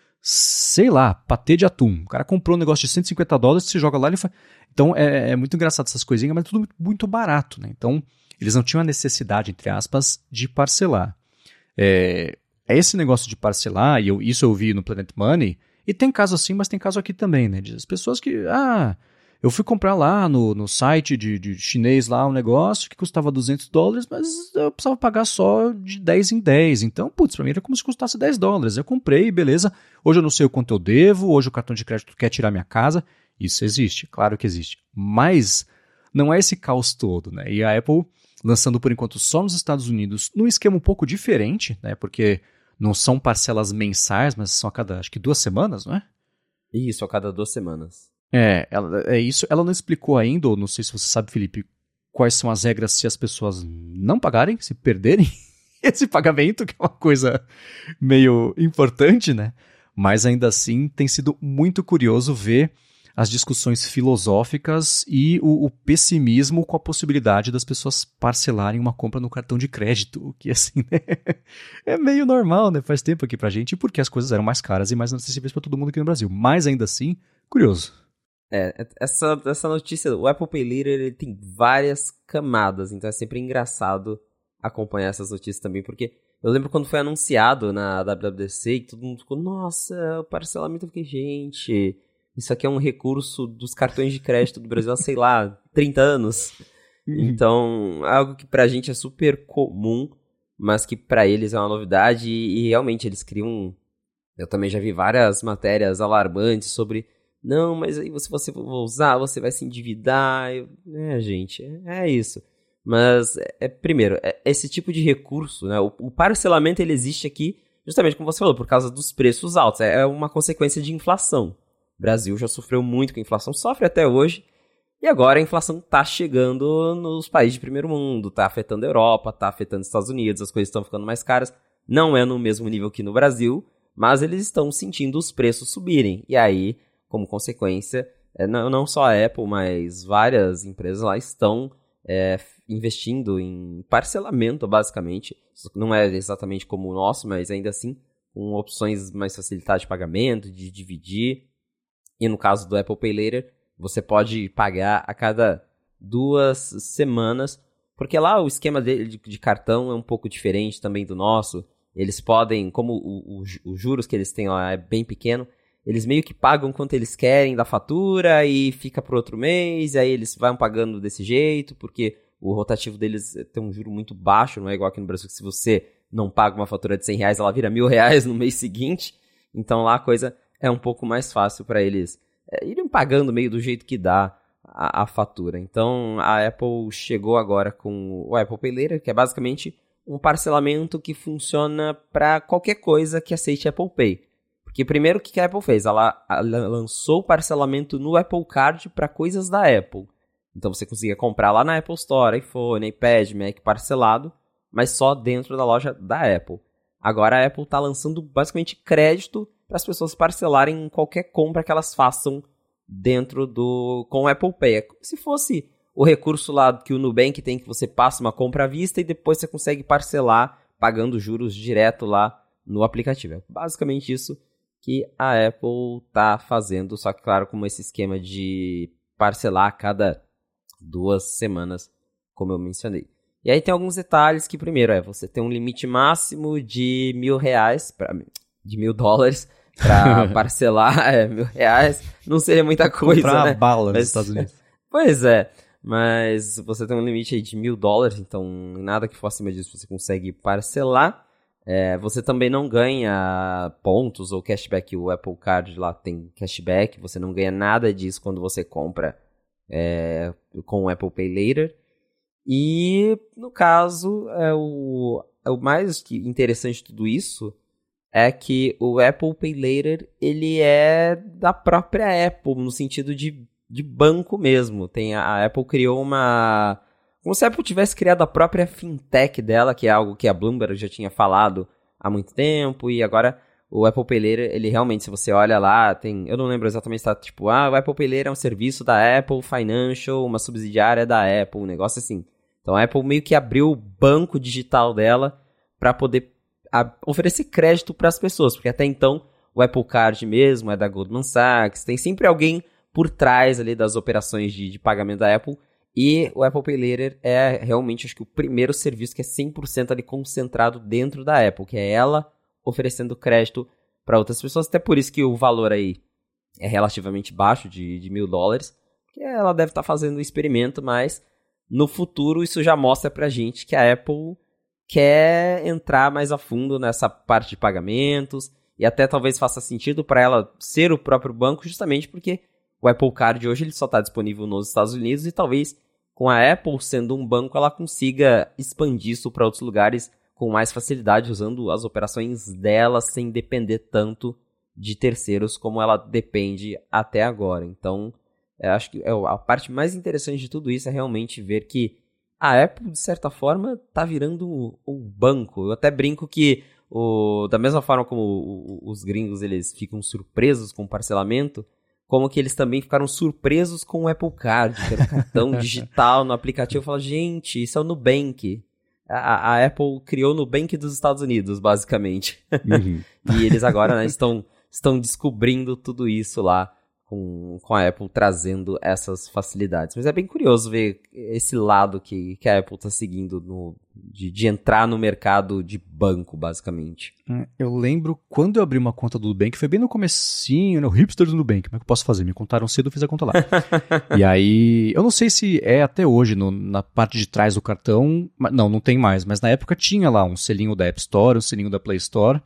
sei lá, patê de atum. O cara comprou um negócio de cento e cinquenta dólares, você joga lá e ele faz... Então, é, é muito engraçado essas coisinhas, mas é tudo muito barato, né? Então, eles não tinham a necessidade, entre aspas, de parcelar. É... É esse negócio de parcelar, e eu, isso eu vi no Planet Money, e tem caso assim, mas tem caso aqui também, né? As pessoas que, ah, eu fui comprar lá no, no site de, de chinês lá um negócio que custava duzentos dólares, mas eu precisava pagar só de dez em dez. Então, putz, pra mim era como se custasse dez dólares. Eu comprei, beleza. Hoje eu não sei o quanto eu devo, hoje o cartão de crédito quer tirar minha casa. Isso existe, claro que existe. Mas não é esse caos todo, né? E a Apple lançando por enquanto só nos Estados Unidos, num esquema um pouco diferente, né? Porque não são parcelas mensais, mas são a cada, acho que duas semanas, não é? Isso, a cada duas semanas. É, ela, é isso. Ela não explicou ainda, ou não sei se você sabe, Felipe, quais são as regras se as pessoas não pagarem, se perderem esse pagamento, que é uma coisa meio importante, né? Mas ainda assim tem sido muito curioso ver as discussões filosóficas e o, o pessimismo com a possibilidade das pessoas parcelarem uma compra no cartão de crédito, o que assim, né? É meio normal, né? Faz tempo aqui pra gente, porque as coisas eram mais caras e mais inacessíveis pra todo mundo aqui no Brasil. Mas ainda assim, curioso. É, essa, essa notícia, o Apple Pay Later, ele tem várias camadas, então é sempre engraçado acompanhar essas notícias também, porque eu lembro quando foi anunciado na W W D C e todo mundo ficou, nossa, o parcelamento, eu fiquei, gente... Isso aqui é um recurso dos cartões de crédito do Brasil há, sei lá, trinta anos. Então, algo que pra gente é super comum, mas que pra eles é uma novidade. E, e realmente eles criam... Eu também já vi várias matérias alarmantes sobre... Não, mas aí se você for usar, você vai se endividar. Eu, é, gente, é, é isso. Mas, é, é, primeiro, é, esse tipo de recurso, né? O, o parcelamento, ele existe aqui, justamente como você falou, por causa dos preços altos. É, é uma consequência de inflação. O Brasil já sofreu muito com a inflação, sofre até hoje, e agora a inflação está chegando nos países de primeiro mundo, está afetando a Europa, está afetando os Estados Unidos, as coisas estão ficando mais caras. Não é no mesmo nível que no Brasil, mas eles estão sentindo os preços subirem. E aí, como consequência, é, não, não só a Apple, mas várias empresas lá estão é, investindo em parcelamento, basicamente. Não é exatamente como o nosso, mas ainda assim, com opções mais facilitadas de pagamento, de dividir. E no caso do Apple Pay Later, você pode pagar a cada duas semanas, porque lá o esquema de, de, de cartão é um pouco diferente também do nosso. Eles podem, como os juros que eles têm lá é bem pequeno, eles meio que pagam quanto eles querem da fatura e fica para outro mês, e aí eles vão pagando desse jeito, porque o rotativo deles tem um juro muito baixo, não é igual aqui no Brasil, que se você não paga uma fatura de cem reais, ela vira mil reais no mês seguinte. Então lá a coisa... é um pouco mais fácil para eles é, irem pagando meio do jeito que dá a, a fatura. Então, a Apple chegou agora com o Apple Pay Later, que é basicamente um parcelamento que funciona para qualquer coisa que aceite Apple Pay. Porque primeiro, o que a Apple fez? Ela, ela lançou o parcelamento no Apple Card para coisas da Apple. Então, você conseguia comprar lá na Apple Store, iPhone, iPad, Mac parcelado, mas só dentro da loja da Apple. Agora, a Apple está lançando basicamente crédito para as pessoas parcelarem qualquer compra que elas façam dentro do... com o Apple Pay. É como se fosse o recurso lá que o Nubank tem, que você passa uma compra à vista e depois você consegue parcelar pagando juros direto lá no aplicativo. É basicamente isso que a Apple está fazendo, só que, claro, como esse esquema de parcelar a cada duas semanas, como eu mencionei. E aí tem alguns detalhes que, primeiro, é você tem um limite máximo de mil reais, pra, de mil dólares, para parcelar é, mil reais. Não seria muita coisa, comprar né? bala nos Mas, Estados Unidos. Pois é, mas você tem um limite aí de mil dólares, então nada que for acima disso você consegue parcelar. É, você também não ganha pontos ou cashback. O Apple Card lá tem cashback, você não ganha nada disso quando você compra é, com o Apple Pay Later. E, no caso, é o, é o mais interessante de tudo isso é que o Apple Pay Later, ele é da própria Apple, no sentido de, de banco mesmo. Tem, a Apple criou uma, Como se a Apple tivesse criado a própria fintech dela, que é algo que a Bloomberg já tinha falado há muito tempo, e agora o Apple Pay Later, ele realmente, se você olha lá, tem, eu não lembro exatamente se tá tipo, ah, o Apple Pay Later é um serviço da Apple Financial, uma subsidiária da Apple, um negócio assim. Então a Apple meio que abriu o banco digital dela para poder a, oferecer crédito para as pessoas, porque até então o Apple Card mesmo é da Goldman Sachs, tem sempre alguém por trás ali das operações de, de pagamento da Apple. E o Apple Pay Later é realmente, acho que o primeiro serviço que é cem por cento ali concentrado dentro da Apple, que é ela oferecendo crédito para outras pessoas, até por isso que o valor aí é relativamente baixo, de, de mil dólares, porque ela deve estar tá fazendo um experimento, mas no futuro isso já mostra pra gente que a Apple quer entrar mais a fundo nessa parte de pagamentos, e até talvez faça sentido para ela ser o próprio banco, justamente porque o Apple Card hoje ele só está disponível nos Estados Unidos e talvez com a Apple sendo um banco ela consiga expandir isso para outros lugares com mais facilidade, usando as operações dela sem depender tanto de terceiros como ela depende até agora. Então, eu acho que a parte mais interessante de tudo isso é realmente ver que a Apple, de certa forma, está virando um banco. Eu até brinco que, o, da mesma forma como os gringos eles ficam surpresos com o parcelamento, como que eles também ficaram surpresos com o Apple Card, que era um cartão digital no aplicativo. Eu falo, gente, isso é o Nubank. A, a Apple criou o Nubank dos Estados Unidos, basicamente. Uhum. E eles agora, né, estão, estão descobrindo tudo isso lá, com, com a Apple trazendo essas facilidades. Mas é bem curioso ver esse lado que, que a Apple está seguindo no, de, de entrar no mercado de banco, basicamente. Eu lembro quando eu abri uma conta do Nubank, foi bem no comecinho, no hipster do Nubank, como é que eu posso fazer? Me contaram cedo, eu fiz a conta lá. E aí, eu não sei se é até hoje, no, na parte de trás do cartão, não, não tem mais, mas na época tinha lá um selinho da App Store, um selinho da Play Store.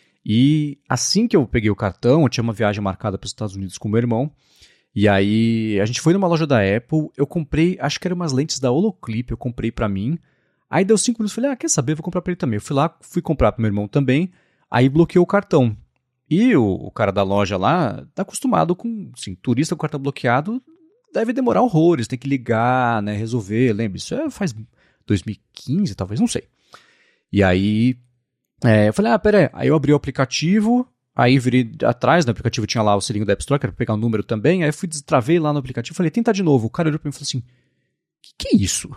E assim que eu peguei o cartão, eu tinha uma viagem marcada para os Estados Unidos com meu irmão, e aí a gente foi numa loja da Apple, eu comprei, acho que eram umas lentes da Holoclip, eu comprei para mim, aí deu cinco minutos, falei, ah, quer saber, vou comprar para ele também. Eu fui lá, fui comprar para meu irmão também, aí bloqueei o cartão. E o, o cara da loja lá tá acostumado com, assim, turista com cartão bloqueado deve demorar horrores, tem que ligar, né, resolver, lembra, isso é, faz dois mil e quinze talvez, não sei. E aí... É, eu falei, ah, pera aí. Aí eu abri o aplicativo, aí virei atrás, no aplicativo tinha lá o selinho da App Store, que era pra pegar o número também, aí eu fui, destravei lá no aplicativo, falei, tenta de novo. O cara olhou pra mim e falou assim, que que é isso?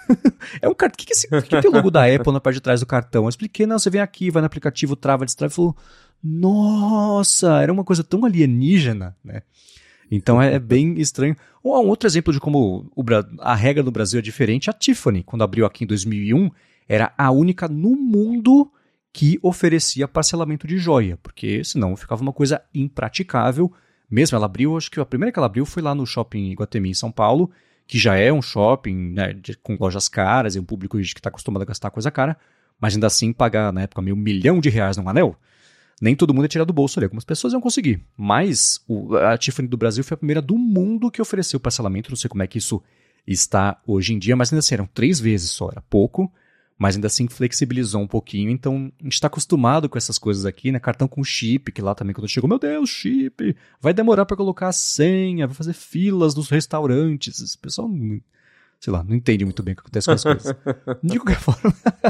é um cartão, que que, é esse, que tem o logo da Apple na parte de trás do cartão? Eu expliquei, não, você vem aqui, vai no aplicativo, trava, destrava, e falou, nossa, era uma coisa tão alienígena, né? Então é, é bem estranho. Um outro exemplo de como o, a regra no Brasil é diferente, a Tiffany, quando abriu aqui em dois mil e um, era a única no mundo que oferecia parcelamento de joia, porque senão ficava uma coisa impraticável. Mesmo ela abriu, acho que a primeira que ela abriu foi lá no shopping Iguatemi em São Paulo, que já é um shopping, né, de, com lojas caras, e um público que está acostumado a gastar coisa cara, mas ainda assim pagar na época meio milhão de reais num anel, nem todo mundo ia tirar do bolso ali, algumas pessoas iam conseguir. Mas o, a Tiffany do Brasil foi a primeira do mundo que ofereceu parcelamento, não sei como é que isso está hoje em dia, mas ainda assim eram três vezes só, era pouco, mas ainda assim flexibilizou um pouquinho, então a gente está acostumado com essas coisas aqui, né, cartão com chip, que lá também quando chegou, meu Deus, chip, vai demorar para colocar a senha, vai fazer filas nos restaurantes, o pessoal, sei lá, não entende muito bem o que acontece com as coisas. De qualquer forma,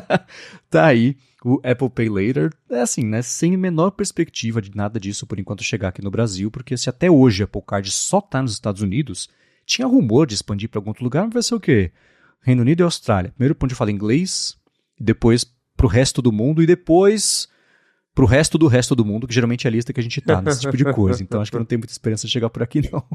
tá aí o Apple Pay Later, é assim, né, sem a menor perspectiva de nada disso por enquanto chegar aqui no Brasil, porque se até hoje a Apple Card só tá nos Estados Unidos, tinha rumor de expandir para algum outro lugar, mas vai ser o quê? Reino Unido e Austrália. Primeiro para onde fala inglês, depois para o resto do mundo e depois para o resto do resto do mundo, que geralmente é a lista que a gente tá, nesse tipo de coisa. Então acho que não tem muita esperança de chegar por aqui, não.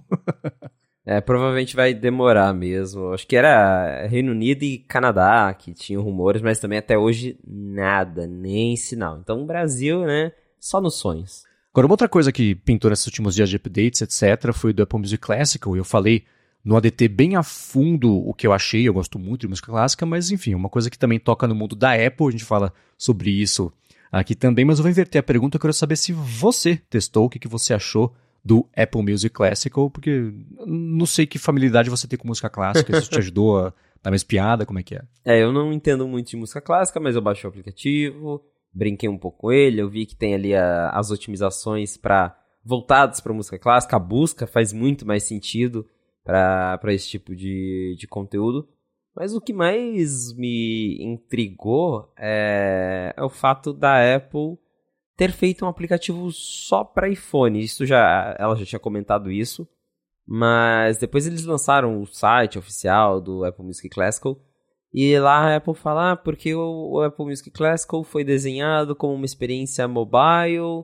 É, provavelmente vai demorar mesmo. Acho que era Reino Unido e Canadá que tinham rumores, mas também até hoje nada, nem sinal. Então o Brasil, né, só nos sonhos. Agora, uma outra coisa que pintou nesses últimos dias de updates, etcétera, foi do Apple Music Classical. Eu falei no A D T bem a fundo o que eu achei, eu gosto muito de música clássica, mas enfim, uma coisa que também toca no mundo da Apple, a gente fala sobre isso aqui também, mas eu vou inverter a pergunta, eu quero saber se você testou, o que, que você achou do Apple Music Classical, porque não sei que familiaridade você tem com música clássica, se isso te ajudou a dar uma espiada, como é que é? É, eu não entendo muito de música clássica, mas eu baixei o aplicativo, brinquei um pouco com ele, eu vi que tem ali a, as otimizações para voltadas para música clássica, a busca faz muito mais sentido para esse tipo de, de conteúdo. Mas o que mais me intrigou é, é o fato da Apple ter feito um aplicativo só para iPhone. Isso já, ela já tinha comentado isso, mas depois eles lançaram o site oficial do Apple Music Classical e lá a Apple fala, ah, porque o, o Apple Music Classical foi desenhado como uma experiência mobile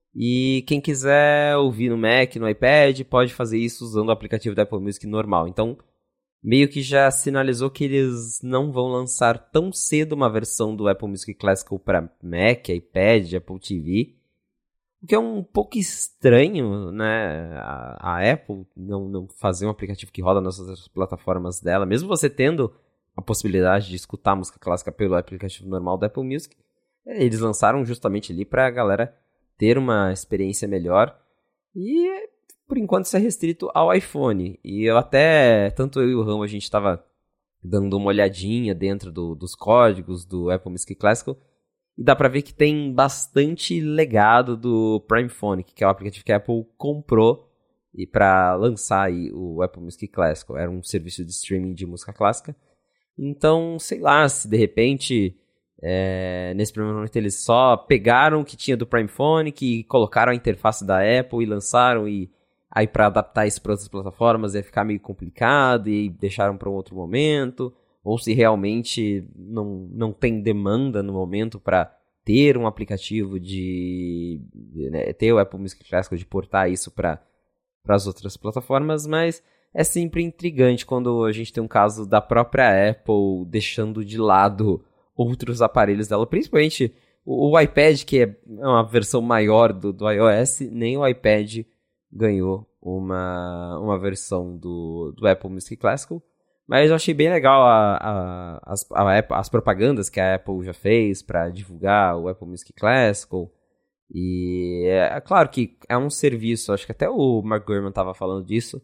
e quem quiser ouvir no Mac, no iPad, pode fazer isso usando o aplicativo da Apple Music normal. Então, meio que já sinalizou que eles não vão lançar tão cedo uma versão do Apple Music Classical para Mac, iPad, Apple T V. O que é um pouco estranho, né? A, a Apple não, não fazer um aplicativo que roda nas outras plataformas dela, mesmo você tendo a possibilidade de escutar música clássica pelo aplicativo normal da Apple Music, eles lançaram justamente ali para a galera ter uma experiência melhor. E por enquanto isso é restrito ao iPhone. E eu até, tanto eu e o Ramo, a gente estava dando uma olhadinha dentro do, dos códigos do Apple Music Classical. E dá pra ver que tem bastante legado do Prime Phonic, que é o aplicativo que a Apple comprou e para lançar aí o Apple Music Classical. Era um serviço de streaming de música clássica. Então, sei lá, se de repente, é, nesse primeiro momento eles só pegaram o que tinha do Prime Phonic e colocaram a interface da Apple e lançaram, e aí para adaptar isso para outras plataformas ia ficar meio complicado e deixaram para um outro momento, ou se realmente não, não tem demanda no momento para ter um aplicativo de, de né, ter o Apple Music Classical, de portar isso para as outras plataformas, mas é sempre intrigante quando a gente tem um caso da própria Apple deixando de lado outros aparelhos dela, principalmente o, o iPad, que é uma versão maior do, do iOS, nem o iPad ganhou uma, uma versão do, do Apple Music Classical, mas eu achei bem legal a, a, as, a Apple, as propagandas que a Apple já fez para divulgar o Apple Music Classical. E é, é claro que é um serviço, acho que até o Mark Gurman estava falando disso,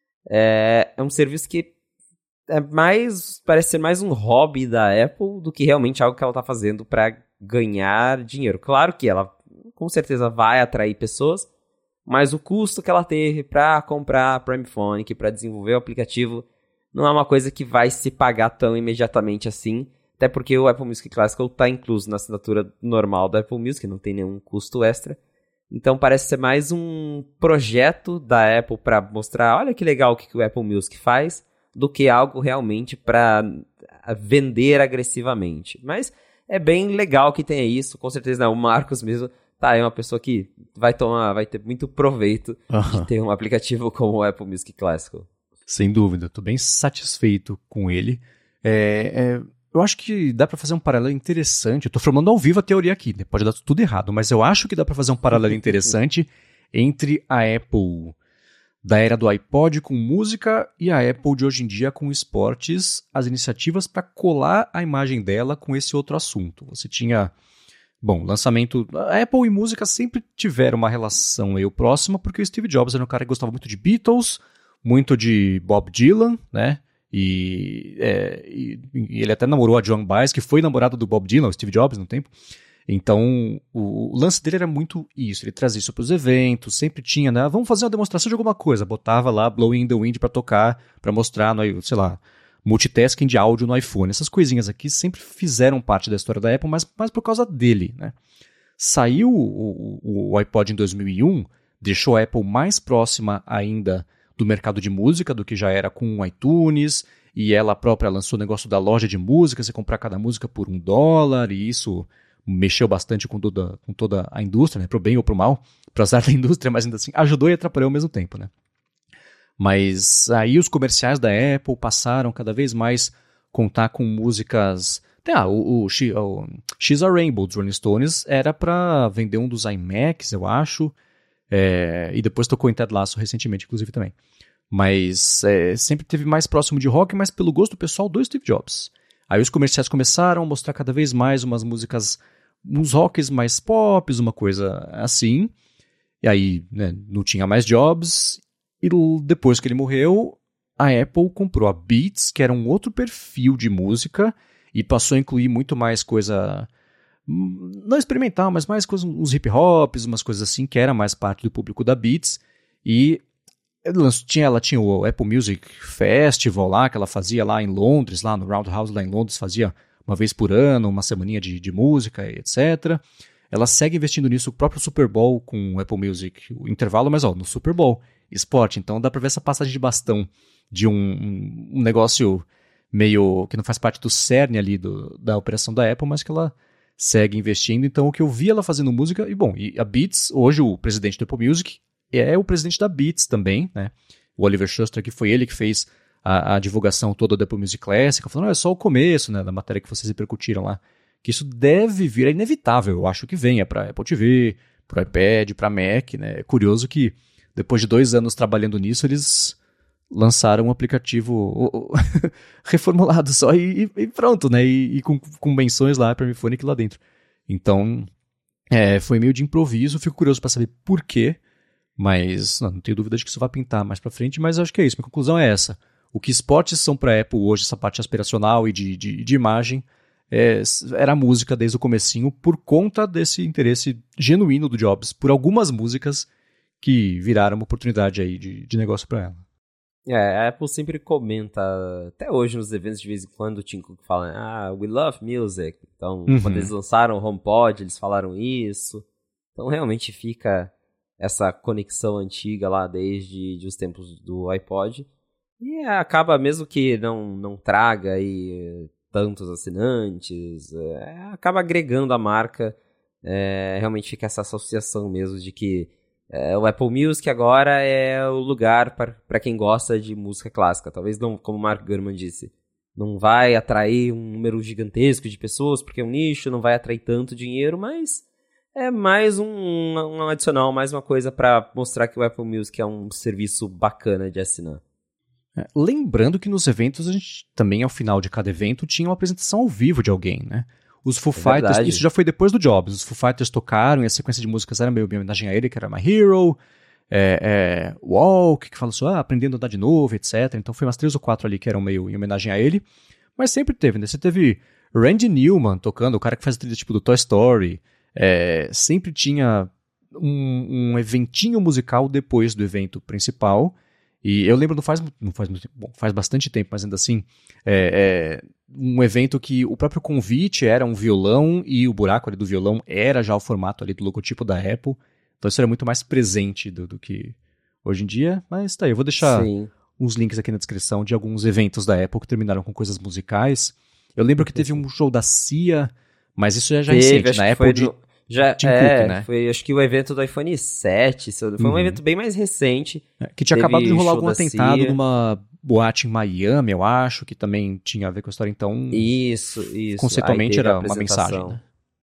é, é um serviço que é mais, parece ser mais um hobby da Apple do que realmente algo que ela está fazendo para ganhar dinheiro. Claro que ela com certeza vai atrair pessoas, mas o custo que ela teve para comprar a Prime Phonic, para desenvolver o aplicativo, não é uma coisa que vai se pagar tão imediatamente assim, até porque o Apple Music Classical está incluso na assinatura normal da Apple Music, não tem nenhum custo extra. Então parece ser mais um projeto da Apple para mostrar, olha que legal o que o Apple Music faz, do que algo realmente para vender agressivamente. Mas é bem legal que tenha isso, com certeza, né? O Marcos mesmo tá aí, uma pessoa que vai tomar, vai ter muito proveito uh-huh. de ter um aplicativo como o Apple Music Classical. Sem dúvida, estou bem satisfeito com ele. É, é, eu acho que dá para fazer um paralelo interessante. Eu estou formando ao vivo a teoria aqui, né? Pode dar tudo errado, mas eu acho que dá para fazer um paralelo interessante entre a Apple da era do iPod com música e a Apple de hoje em dia com esportes, as iniciativas para colar a imagem dela com esse outro assunto. Você tinha, bom, lançamento... A Apple e música sempre tiveram uma relação meio próxima, porque o Steve Jobs era um cara que gostava muito de Beatles, muito de Bob Dylan, né? E, é, e, e ele até namorou a Joan Baez, que foi namorada do Bob Dylan, o Steve Jobs, no tempo. Então, o, o lance dele era muito isso. Ele trazia isso para os eventos, sempre tinha, né? Vamos fazer uma demonstração de alguma coisa. Botava lá Blowing in the Wind para tocar, para mostrar, no, sei lá, multitasking de áudio no iPhone. Essas coisinhas aqui sempre fizeram parte da história da Apple, mas, mas por causa dele, né? Saiu o, o, o iPod em dois mil e um, deixou a Apple mais próxima ainda do mercado de música do que já era com o iTunes, e ela própria lançou o negócio da loja de música, você comprar cada música por um dólar, e isso mexeu bastante com toda, com toda a indústria, né, pro bem ou pro mal, para azar da indústria, mas ainda assim ajudou e atrapalhou ao mesmo tempo, né. Mas aí os comerciais da Apple passaram cada vez mais contar com músicas... Ah, o, o, She, o She's a Rainbow dos Rolling Stones era para vender um dos iMacs, eu acho, é, e depois tocou em Ted Lasso recentemente, inclusive, também. Mas é, sempre teve mais próximo de rock, mas pelo gosto pessoal do Steve Jobs. Aí os comerciais começaram a mostrar cada vez mais umas músicas, uns rocks mais pop, uma coisa assim. E aí, né, não tinha mais Jobs. E depois que ele morreu, a Apple comprou a Beats, que era um outro perfil de música, e passou a incluir muito mais coisa... não experimental, mas mais coisa, uns hip hops, umas coisas assim, que era mais parte do público da Beats. E tinha, ela tinha o Apple Music Festival lá, que ela fazia lá em Londres, lá no Roundhouse lá em Londres, fazia uma vez por ano, uma semaninha de, de música, etcétera. Ela segue investindo nisso, o próprio Super Bowl com o Apple Music, o intervalo, mas ó, no Super Bowl, esporte, então dá pra ver essa passagem de bastão de um, um, um negócio meio que não faz parte do cerne ali do, da operação da Apple, mas que ela segue investindo. Então o que eu vi ela fazendo música, e bom, e a Beats, hoje o presidente do Apple Music é o presidente da Beats também, né? O Oliver Schuster, que foi ele que fez a, a divulgação toda do Apple Music Classic, falando, não, é só o começo, né, da matéria que vocês repercutiram lá, que isso deve vir, é inevitável, eu acho que venha para Apple T V, para iPad, para Mac, né? É curioso que depois de dois anos trabalhando nisso, eles lançaram um aplicativo reformulado só e, e pronto, né? E, e com, com menções lá, Permiphonic lá dentro. Então, é, foi meio de improviso, fico curioso para saber por quê, mas não, não tenho dúvida de que isso vai pintar mais para frente, mas acho que é isso, minha conclusão é essa. O que esportes são para Apple hoje, essa parte aspiracional e de, de, de imagem, é, era a música desde o comecinho, por conta desse interesse genuíno do Jobs por algumas músicas que viraram uma oportunidade aí de, de negócio para ela. É, a Apple sempre comenta, até hoje nos eventos de vez em quando o Tim Cook fala, ah, we love music. Então, uhum. quando eles lançaram o HomePod, eles falaram isso. Então, realmente fica essa conexão antiga lá desde de os tempos do iPod. E acaba, mesmo que não, não traga aí tantos assinantes, é, acaba agregando a marca. É, realmente fica essa associação mesmo de que é, o Apple Music agora é o lugar para quem gosta de música clássica. Talvez não, como o Mark Gurman disse, não vai atrair um número gigantesco de pessoas, porque é um nicho, não vai atrair tanto dinheiro, mas é mais um, um adicional, mais uma coisa para mostrar que o Apple Music é um serviço bacana de assinar. É, lembrando que nos eventos, a gente também ao final de cada evento tinha uma apresentação ao vivo de alguém, né? Os Foo é Fighters, verdade. Isso já foi depois do Jobs, os Foo Fighters tocaram e a sequência de músicas era meio em homenagem a ele, que era My Hero, é, é, Walk, que fala só, ah, aprendendo a andar de novo, etcétera. Então foi umas três ou quatro ali que eram meio em homenagem a ele, mas sempre teve, né? Você teve Randy Newman tocando, o cara que faz a trilha tipo do Toy Story, é, sempre tinha um, um eventinho musical depois do evento principal. E eu lembro, não faz, não faz muito tempo, bom, faz bastante tempo, mas ainda assim, é, é um evento que o próprio convite era um violão e o buraco ali do violão era já o formato ali do logotipo da Apple. Então isso era muito mais presente do, do que hoje em dia. Mas tá aí, eu vou deixar Sim. uns links aqui na descrição de alguns eventos da Apple que terminaram com coisas musicais. Eu lembro que teve um show da C I A, mas isso já é recente, na Apple de... No... Já, Tim é, Cook, né? Foi acho que o evento do iPhone sete, foi uhum. um evento bem mais recente. É, que tinha acabado de rolar algum atentado numa boate em Miami, eu acho, que também tinha a ver com a história, então... Isso, isso. Conceitualmente era uma mensagem, né?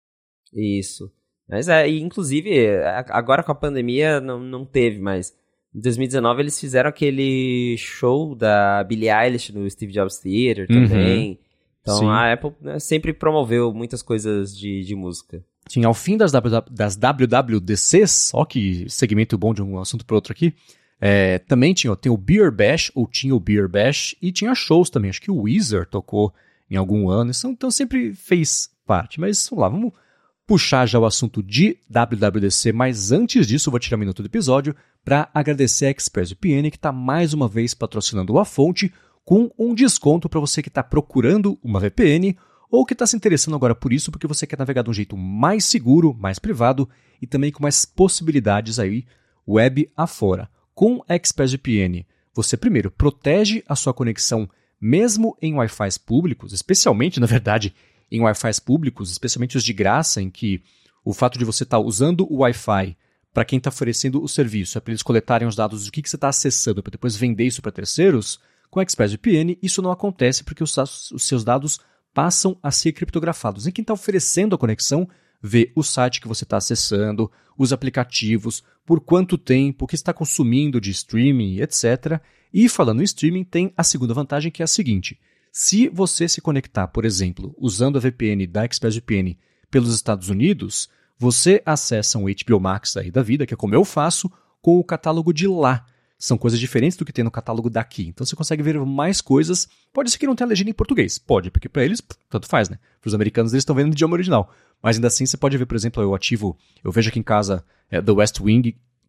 Isso. Mas é, e inclusive, agora com a pandemia não, não teve, mas em dois mil e dezenove eles fizeram aquele show da Billie Eilish no Steve Jobs Theater também. Uhum. Então Sim. a Apple, né, sempre promoveu muitas coisas de, de música. Sim, ao fim das, das W W D Cs, ó que segmento bom de um assunto para outro aqui, é, também tinha, ó, tem o Beer Bash, ou tinha o Beer Bash, e tinha shows também, acho que o Weezer tocou em algum ano, então, então sempre fez parte. Mas vamos lá, vamos puxar já o assunto de W W D C, mas antes disso eu vou tirar um minuto do episódio para agradecer a ExpressVPN, que está mais uma vez patrocinando a fonte com um desconto para você que está procurando uma V P N ou que está se interessando agora por isso porque você quer navegar de um jeito mais seguro, mais privado e também com mais possibilidades aí web afora. Com a ExpressVPN, você primeiro protege a sua conexão mesmo em Wi-Fi públicos, especialmente, na verdade, em Wi-Fi públicos, especialmente os de graça, em que o fato de você estar tá usando o Wi-Fi para quem está oferecendo o serviço, é para eles coletarem os dados do que, que você está acessando para depois vender isso para terceiros, com a ExpressVPN isso não acontece porque os, os seus dados passam a ser criptografados. E quem está oferecendo a conexão vê o site que você está acessando, os aplicativos, por quanto tempo, o que está consumindo de streaming, etcétera. E falando em streaming, tem a segunda vantagem que é a seguinte. Se você se conectar, por exemplo, usando a V P N da ExpressVPN pelos Estados Unidos, você acessa um H B O Max aí da vida, que é como eu faço, com o catálogo de lá. São coisas diferentes do que tem no catálogo daqui. Então você consegue ver mais coisas. Pode ser que não tenha legenda em português. Pode, porque para eles, tanto faz, né? Para os americanos, eles estão vendo no idioma original. Mas ainda assim, você pode ver, por exemplo, eu ativo, eu vejo aqui em casa é, The West Wing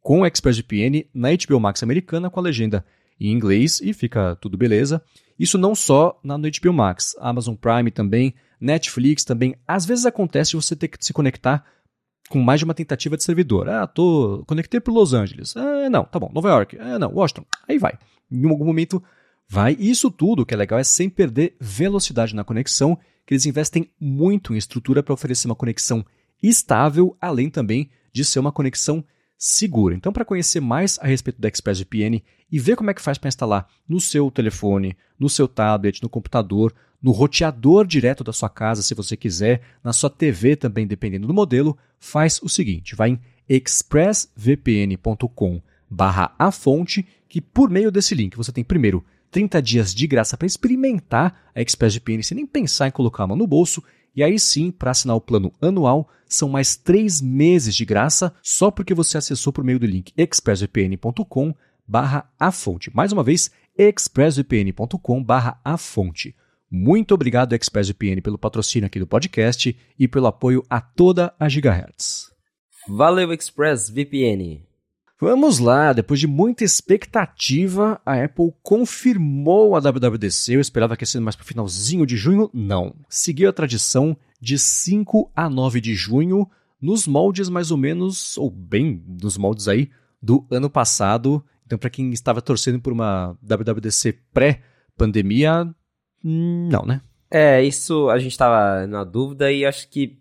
com ExpressVPN na H B O Max americana com a legenda em inglês e fica tudo beleza. Isso não só na no H B O Max, Amazon Prime também, Netflix também. Às vezes acontece você ter que se conectar com mais de uma tentativa de servidor. Ah, tô conectei para Los Angeles. Ah, não, tá bom. Nova York. Ah, não, Washington. Aí vai. Em algum momento vai. E isso tudo, o que é legal, é sem perder velocidade na conexão, que eles investem muito em estrutura para oferecer uma conexão estável, além também de ser uma conexão segura. Então, para conhecer mais a respeito da ExpressVPN e ver como é que faz para instalar no seu telefone, no seu tablet, no computador, no roteador direto da sua casa, se você quiser, na sua T V também, dependendo do modelo, faz o seguinte, vai em expressvpn ponto com barra a fonte, que por meio desse link você tem primeiro trinta dias de graça para experimentar a ExpressVPN sem nem pensar em colocar a mão no bolso, e aí sim, para assinar o plano anual, são mais três meses de graça, só porque você acessou por meio do link expressvpn ponto com barra a fonte. Mais uma vez, expressvpn ponto com barra a fonte. Muito obrigado, ExpressVPN, pelo patrocínio aqui do podcast e pelo apoio a toda a Gigahertz. Valeu, ExpressVPN! Vamos lá, depois de muita expectativa, a Apple confirmou a W W D C. Eu esperava que ia ser mais para o finalzinho de junho. Não. Seguiu a tradição de cinco a nove de junho, nos moldes mais ou menos, ou bem nos moldes aí, do ano passado. Então, para quem estava torcendo por uma W W D C pré-pandemia, não, né? É, isso a gente estava na dúvida e acho que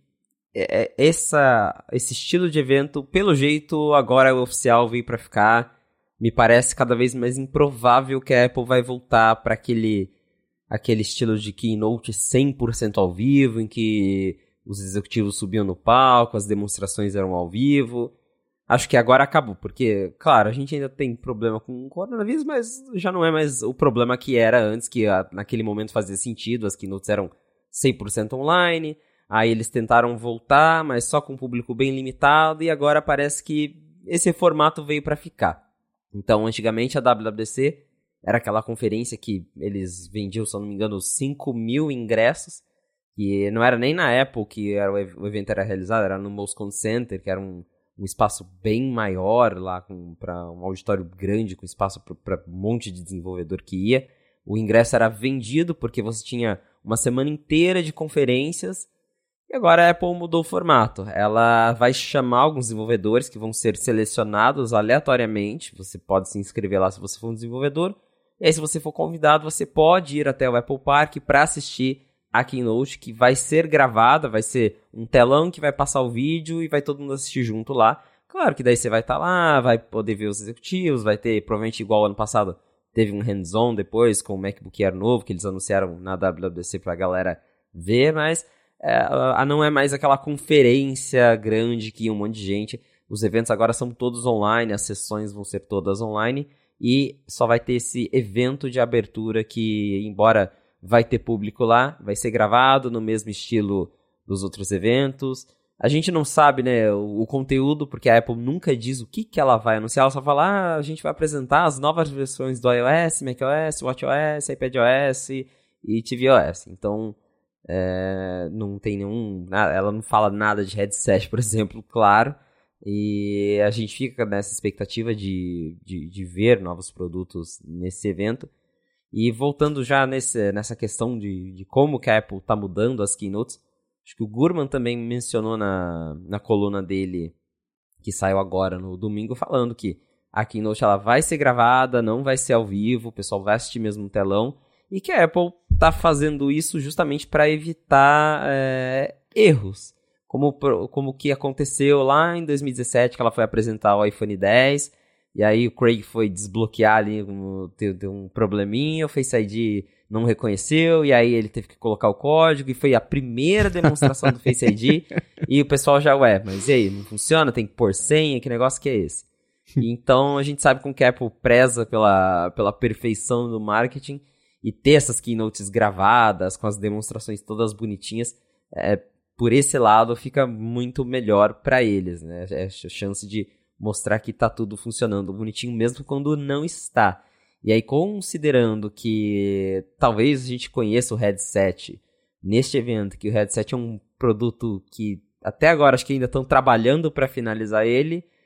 essa, esse estilo de evento, pelo jeito, agora é oficial, veio para ficar. Me parece cada vez mais improvável que a Apple vai voltar para aquele, aquele estilo de keynote cem por cento ao vivo, em que os executivos subiam no palco, as demonstrações eram ao vivo. Acho que agora acabou, porque, claro, a gente ainda tem problema com o coronavírus, mas já não é mais o problema que era antes, que naquele momento fazia sentido, as keynotes eram cem por cento online. Aí eles tentaram voltar, mas só com um público bem limitado, e agora parece que esse formato veio para ficar. Então, antigamente a W W D C era aquela conferência que eles vendiam, se eu não me engano, cinco mil ingressos, e não era nem na Apple que era o evento era realizado, era no Moscone Center, que era um, um espaço bem maior lá, para um auditório grande, com espaço para um monte de desenvolvedor que ia. O ingresso era vendido porque você tinha uma semana inteira de conferências. E agora a Apple mudou o formato. Ela vai chamar alguns desenvolvedores que vão ser selecionados aleatoriamente. Você pode se inscrever lá se você for um desenvolvedor. E aí, se você for convidado, você pode ir até o Apple Park para assistir a keynote, que vai ser gravada, vai ser um telão que vai passar o vídeo e vai todo mundo assistir junto lá. Claro que daí você vai estar lá, vai poder ver os executivos, vai ter, provavelmente igual ano passado, teve um hands-on depois com o MacBook Air novo, que eles anunciaram na W W D C para a galera ver, mas é, não é mais aquela conferência grande que ia um monte de gente. Os eventos agora são todos online, as sessões vão ser todas online e só vai ter esse evento de abertura que, embora vai ter público lá, vai ser gravado no mesmo estilo dos outros eventos. A gente não sabe, né, o, o conteúdo, porque a Apple nunca diz o que, que ela vai anunciar. Ela só fala, ah, a gente vai apresentar as novas versões do iOS, macOS, watchOS, iPadOS e tvOS. Então, é, não tem nenhum... Ela não fala nada de headset, por exemplo, claro. E a gente fica nessa expectativa de, de, de ver novos produtos nesse evento. E voltando já nesse, nessa questão de, de como que a Apple está mudando as keynotes, acho que o Gurman também mencionou na, na coluna dele, que saiu agora no domingo, falando que a keynote ela vai ser gravada, não vai ser ao vivo, o pessoal vai assistir mesmo no telão, e que a Apple está fazendo isso justamente para evitar é, erros, como, como que aconteceu lá em dois mil e dezessete, que ela foi apresentar o iPhone dez, e aí o Craig foi desbloquear ali, deu, deu um probleminha, o Face I D não reconheceu, e aí ele teve que colocar o código, e foi a primeira demonstração do Face I D, e o pessoal já, ué, mas e aí, não funciona? Tem que pôr senha? Que negócio que é esse? E então a gente sabe como que a Apple preza pela, pela perfeição do marketing, e ter essas keynotes gravadas, com as demonstrações todas bonitinhas, é, por esse lado fica muito melhor para eles, né? É a chance de mostrar que tá tudo funcionando bonitinho, mesmo quando não está. E aí, considerando que talvez a gente conheça o headset neste evento, que o headset é um produto que até agora acho que ainda estão trabalhando para finalizar ele,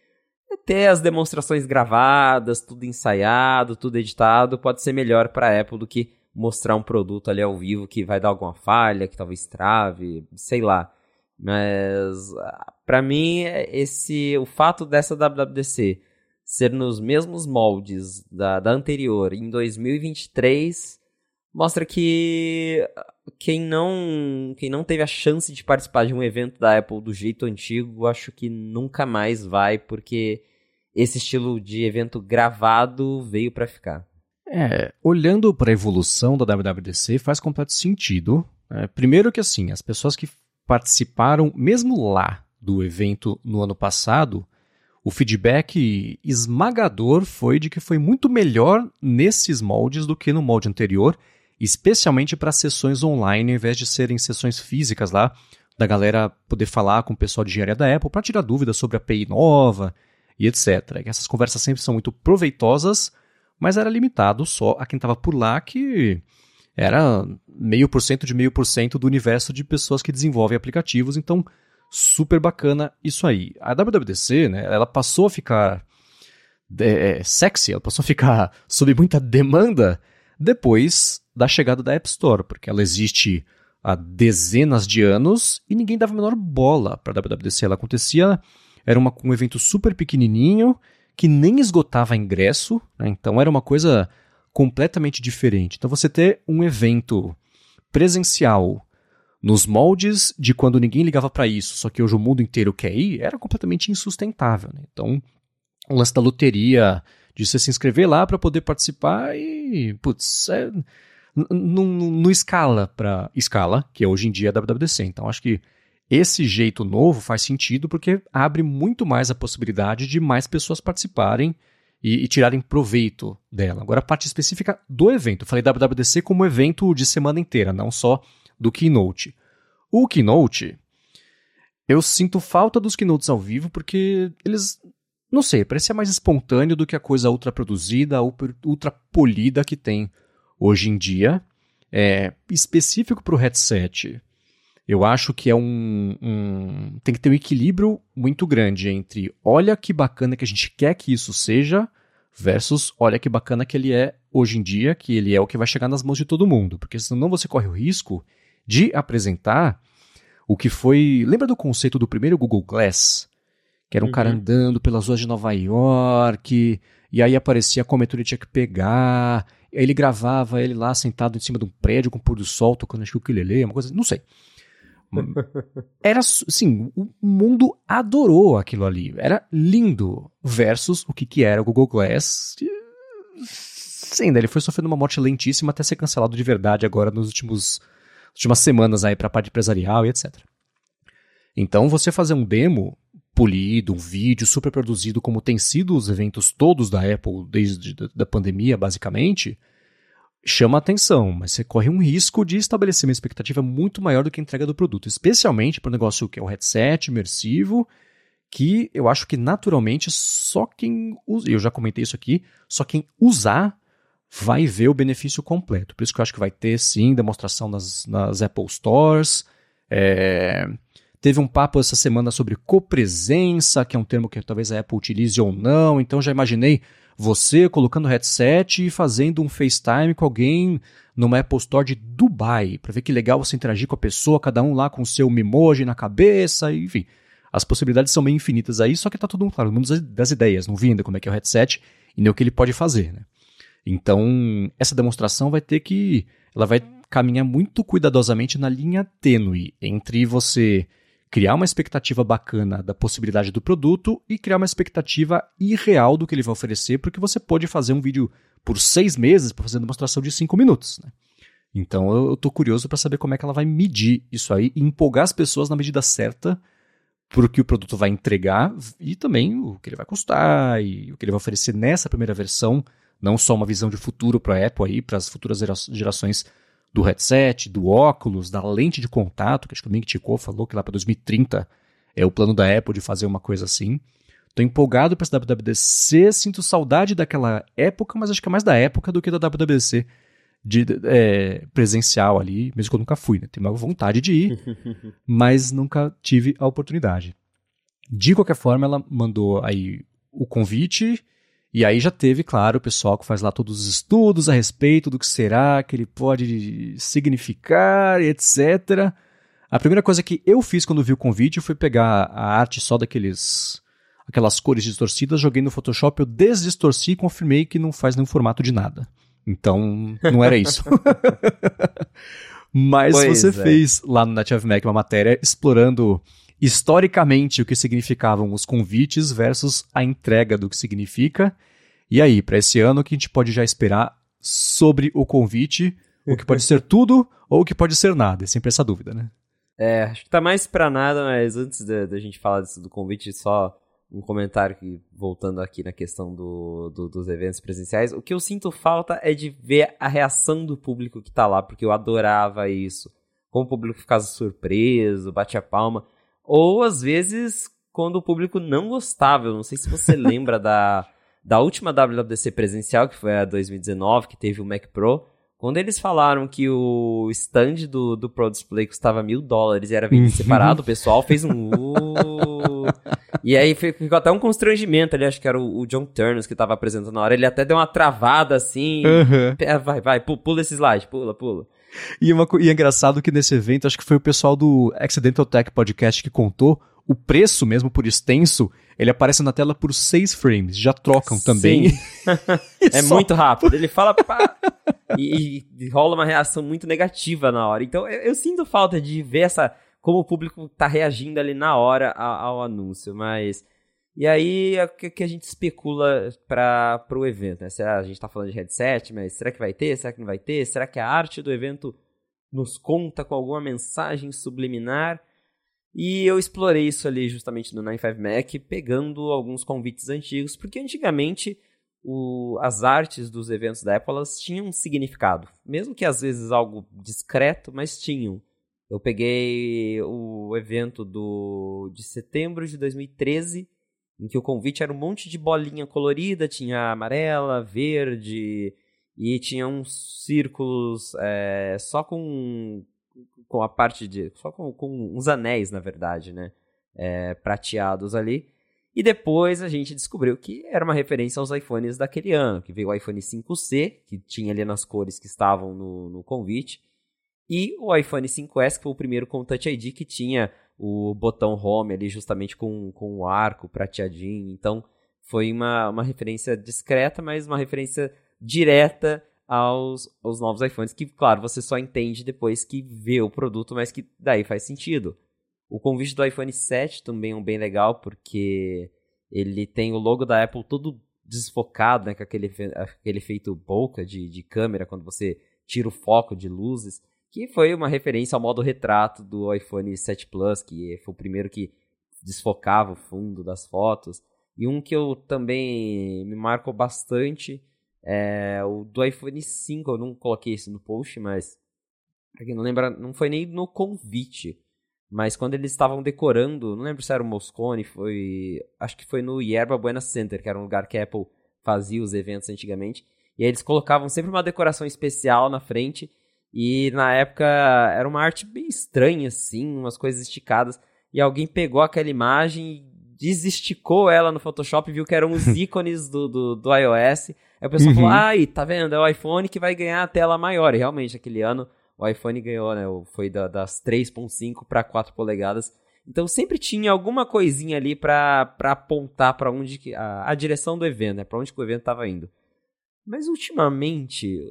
ter as demonstrações gravadas, tudo ensaiado, tudo editado, pode ser melhor para a Apple do que mostrar um produto ali ao vivo que vai dar alguma falha, que talvez trave, sei lá. Mas para mim, esse, o fato dessa W W D C ser nos mesmos moldes da, da anterior em dois mil e vinte e três mostra que quem não, quem não teve a chance de participar de um evento da Apple do jeito antigo, acho que nunca mais vai, porque esse estilo de evento gravado veio para ficar. É, olhando para a evolução da W W D C faz completo sentido. É, primeiro que assim, as pessoas que participaram, mesmo lá do evento no ano passado, o feedback esmagador foi de que foi muito melhor nesses moldes do que no molde anterior, especialmente para sessões online, ao invés de serem sessões físicas lá, da galera poder falar com o pessoal de engenharia da Apple para tirar dúvidas sobre a A P I nova e etcétera. Essas conversas sempre são muito proveitosas, mas era limitado só a quem estava por lá, que era meio por cento de meio por cento do universo de pessoas que desenvolvem aplicativos, então super bacana isso aí. A W W D C, né, ela passou a ficar é, sexy, ela passou a ficar sob muita demanda depois da chegada da App Store, porque ela existe há dezenas de anos e ninguém dava a menor bola para a W W D C. Ela acontecia, era uma, um evento super pequenininho, que nem esgotava ingresso, né, então era uma coisa completamente diferente. Então você ter um evento presencial nos moldes de quando ninguém ligava para isso, só que hoje o mundo inteiro quer ir, era completamente insustentável. Né? Então, o lance da loteria, de você se inscrever lá para poder participar e, putz, é, não escala para escala, que é hoje em dia a W W D C. Então, acho que esse jeito novo faz sentido porque abre muito mais a possibilidade de mais pessoas participarem e, e tirarem proveito dela. Agora, a parte específica do evento. Eu falei W W D C como evento de semana inteira, não só do Keynote. O Keynote, eu sinto falta dos Keynotes ao vivo porque eles, não sei, parecia mais espontâneo do que a coisa ultra produzida, ultra polida que tem hoje em dia. É, específico para o headset, eu acho que é um, um... tem que ter um equilíbrio muito grande entre olha que bacana que a gente quer que isso seja versus olha que bacana que ele é hoje em dia, que ele é o que vai chegar nas mãos de todo mundo. Porque senão você corre o risco de apresentar o que foi... Lembra do conceito do primeiro Google Glass? Que era um uhum. cara andando pelas ruas de Nova York, e aí aparecia como ele tinha que pegar, aí ele gravava ele lá sentado em cima de um prédio com pôr do sol, tocando acho que o ukulele, uma coisa assim, não sei. Era, assim, o mundo adorou aquilo ali. Era lindo versus o que, que era o Google Glass. Sim, ele foi sofrendo uma morte lentíssima até ser cancelado de verdade agora nos últimos últimas semanas aí para a parte empresarial e etcétera. Então, você fazer um demo polido, um vídeo super produzido, como tem sido os eventos todos da Apple desde a da pandemia, basicamente, chama atenção, mas você corre um risco de estabelecer uma expectativa muito maior do que a entrega do produto, especialmente para o negócio que é o headset imersivo, que eu acho que naturalmente só quem usa, eu já comentei isso aqui, só quem usar vai ver o benefício completo. Por isso que eu acho que vai ter, sim, demonstração nas, nas Apple Stores. É... Teve um papo essa semana sobre copresença, que é um termo que talvez a Apple utilize ou não. Então já imaginei você colocando o headset e fazendo um FaceTime com alguém numa Apple Store de Dubai, para ver que legal você interagir com a pessoa, cada um lá com o seu Memoji na cabeça, enfim. As possibilidades são meio infinitas aí, só que tá tudo claro, no mundo das ideias. Não vi ainda como é que é o headset e nem o que ele pode fazer, né? Então, essa demonstração vai ter que... Ela vai caminhar muito cuidadosamente na linha tênue entre você criar uma expectativa bacana da possibilidade do produto e criar uma expectativa irreal do que ele vai oferecer, porque você pode fazer um vídeo por seis meses para fazer uma demonstração de cinco minutos, né? Então, eu estou curioso para saber como é que ela vai medir isso aí e empolgar as pessoas na medida certa para o que o produto vai entregar e também o que ele vai custar e o que ele vai oferecer nessa primeira versão. Não só uma visão de futuro para a Apple aí, para as futuras gerações do headset, do óculos, da lente de contato, que acho que o Ming Chico falou que lá para dois mil e trinta é o plano da Apple de fazer uma coisa assim. Estou empolgado para essa W W D C, sinto saudade daquela época, mas acho que é mais da época do que da W W D C de, é, presencial ali, mesmo que eu nunca fui, né? Tenho uma vontade de ir, mas nunca tive a oportunidade. De qualquer forma, ela mandou aí o convite, e aí já teve, claro, o pessoal que faz lá todos os estudos a respeito do que será que ele pode significar, etcétera. A primeira coisa que eu fiz quando vi o convite foi pegar a arte só daqueles, aquelas cores distorcidas, joguei no Photoshop, eu desdistorci e confirmei que não faz nenhum formato de nada. Então, não era isso. Mas pois você é. fez lá no Native Mac uma matéria explorando historicamente o que significavam os convites versus a entrega do que significa. E aí, para esse ano, o que a gente pode já esperar sobre o convite? O que pode ser tudo ou o que pode ser nada? É sempre essa dúvida, né? É, acho que tá mais pra nada, mas antes da gente falar disso, do convite, só um comentário que, voltando aqui na questão do, do, dos eventos presenciais, o que eu sinto falta é de ver a reação do público que tá lá, porque eu adorava isso. Como o público ficava surpreso, batia palma, ou às vezes quando o público não gostava. Eu não sei se você lembra da, da última W W D C presencial, que foi a dois mil e dezenove, que teve o Mac Pro. Quando eles falaram que o stand do, do Pro Display custava mil dólares e era vendido separado, o pessoal fez um... Uh... E aí ficou até um constrangimento ali, acho que era o, o John Turner que estava apresentando na hora. Ele até deu uma travada assim. Uhum. Vai, vai, pula esse slide, pula, pula. E, uma, e é engraçado que nesse evento, acho que foi o pessoal do Accidental Tech Podcast que contou, o preço mesmo por extenso, ele aparece na tela por seis frames, já trocam Sim. também. É só... muito rápido, ele fala pá, e, e rola uma reação muito negativa na hora. Então eu, eu sinto falta de ver essa, como o público tá reagindo ali na hora ao, ao anúncio, mas... E aí é o que, que a gente especula para o evento, né? Será, a gente tá falando de headset, mas será que vai ter? Será que não vai ter? Será que a arte do evento nos conta com alguma mensagem subliminar? E eu explorei isso ali justamente no noventa e cinco Mac, pegando alguns convites antigos, porque antigamente o, as artes dos eventos da Apple elas tinham um significado, mesmo que às vezes algo discreto, mas tinham. Eu peguei o evento do, de setembro de dois mil e treze, em que o convite era um monte de bolinha colorida, tinha amarela, verde, e tinha uns círculos é, só com... com a parte de... só com, com uns anéis, na verdade, né? É, prateados ali. E depois a gente descobriu que era uma referência aos iPhones daquele ano, que veio o iPhone cinco C, que tinha ali nas cores que estavam no, no convite, e o iPhone cinco S, que foi o primeiro com o Touch I D, que tinha o botão Home ali justamente com, com o arco prateadinho. Então foi uma, uma referência discreta, mas uma referência direta Aos, aos novos iPhones, que, claro, você só entende depois que vê o produto, mas que daí faz sentido. O convite do iPhone sete também é um bem legal, porque ele tem o logo da Apple todo desfocado, né, com aquele, aquele efeito bokeh de, de câmera, quando você tira o foco de luzes, que foi uma referência ao modo retrato do iPhone sete Plus, que foi o primeiro que desfocava o fundo das fotos. E um que eu também me marcou bastante... É, o do iPhone cinco, eu não coloquei isso no post, mas pra quem não lembra, não foi nem no convite, mas quando eles estavam decorando, não lembro se era o Moscone, foi, acho que foi no Yerba Buena Center, que era um lugar que a Apple fazia os eventos antigamente, e aí eles colocavam sempre uma decoração especial na frente, e na época era uma arte bem estranha assim, umas coisas esticadas, e alguém pegou aquela imagem e desesticou ela no Photoshop e viu que eram os ícones do, do, do iOS. Aí o pessoal uhum. falou, ai, tá vendo, é o iPhone que vai ganhar a tela maior. E realmente, aquele ano, o iPhone ganhou, né? Foi da, das três ponto cinco para quatro polegadas. Então sempre tinha alguma coisinha ali pra, pra apontar pra onde que, a, a direção do evento, né? Pra onde que o evento tava indo. Mas ultimamente,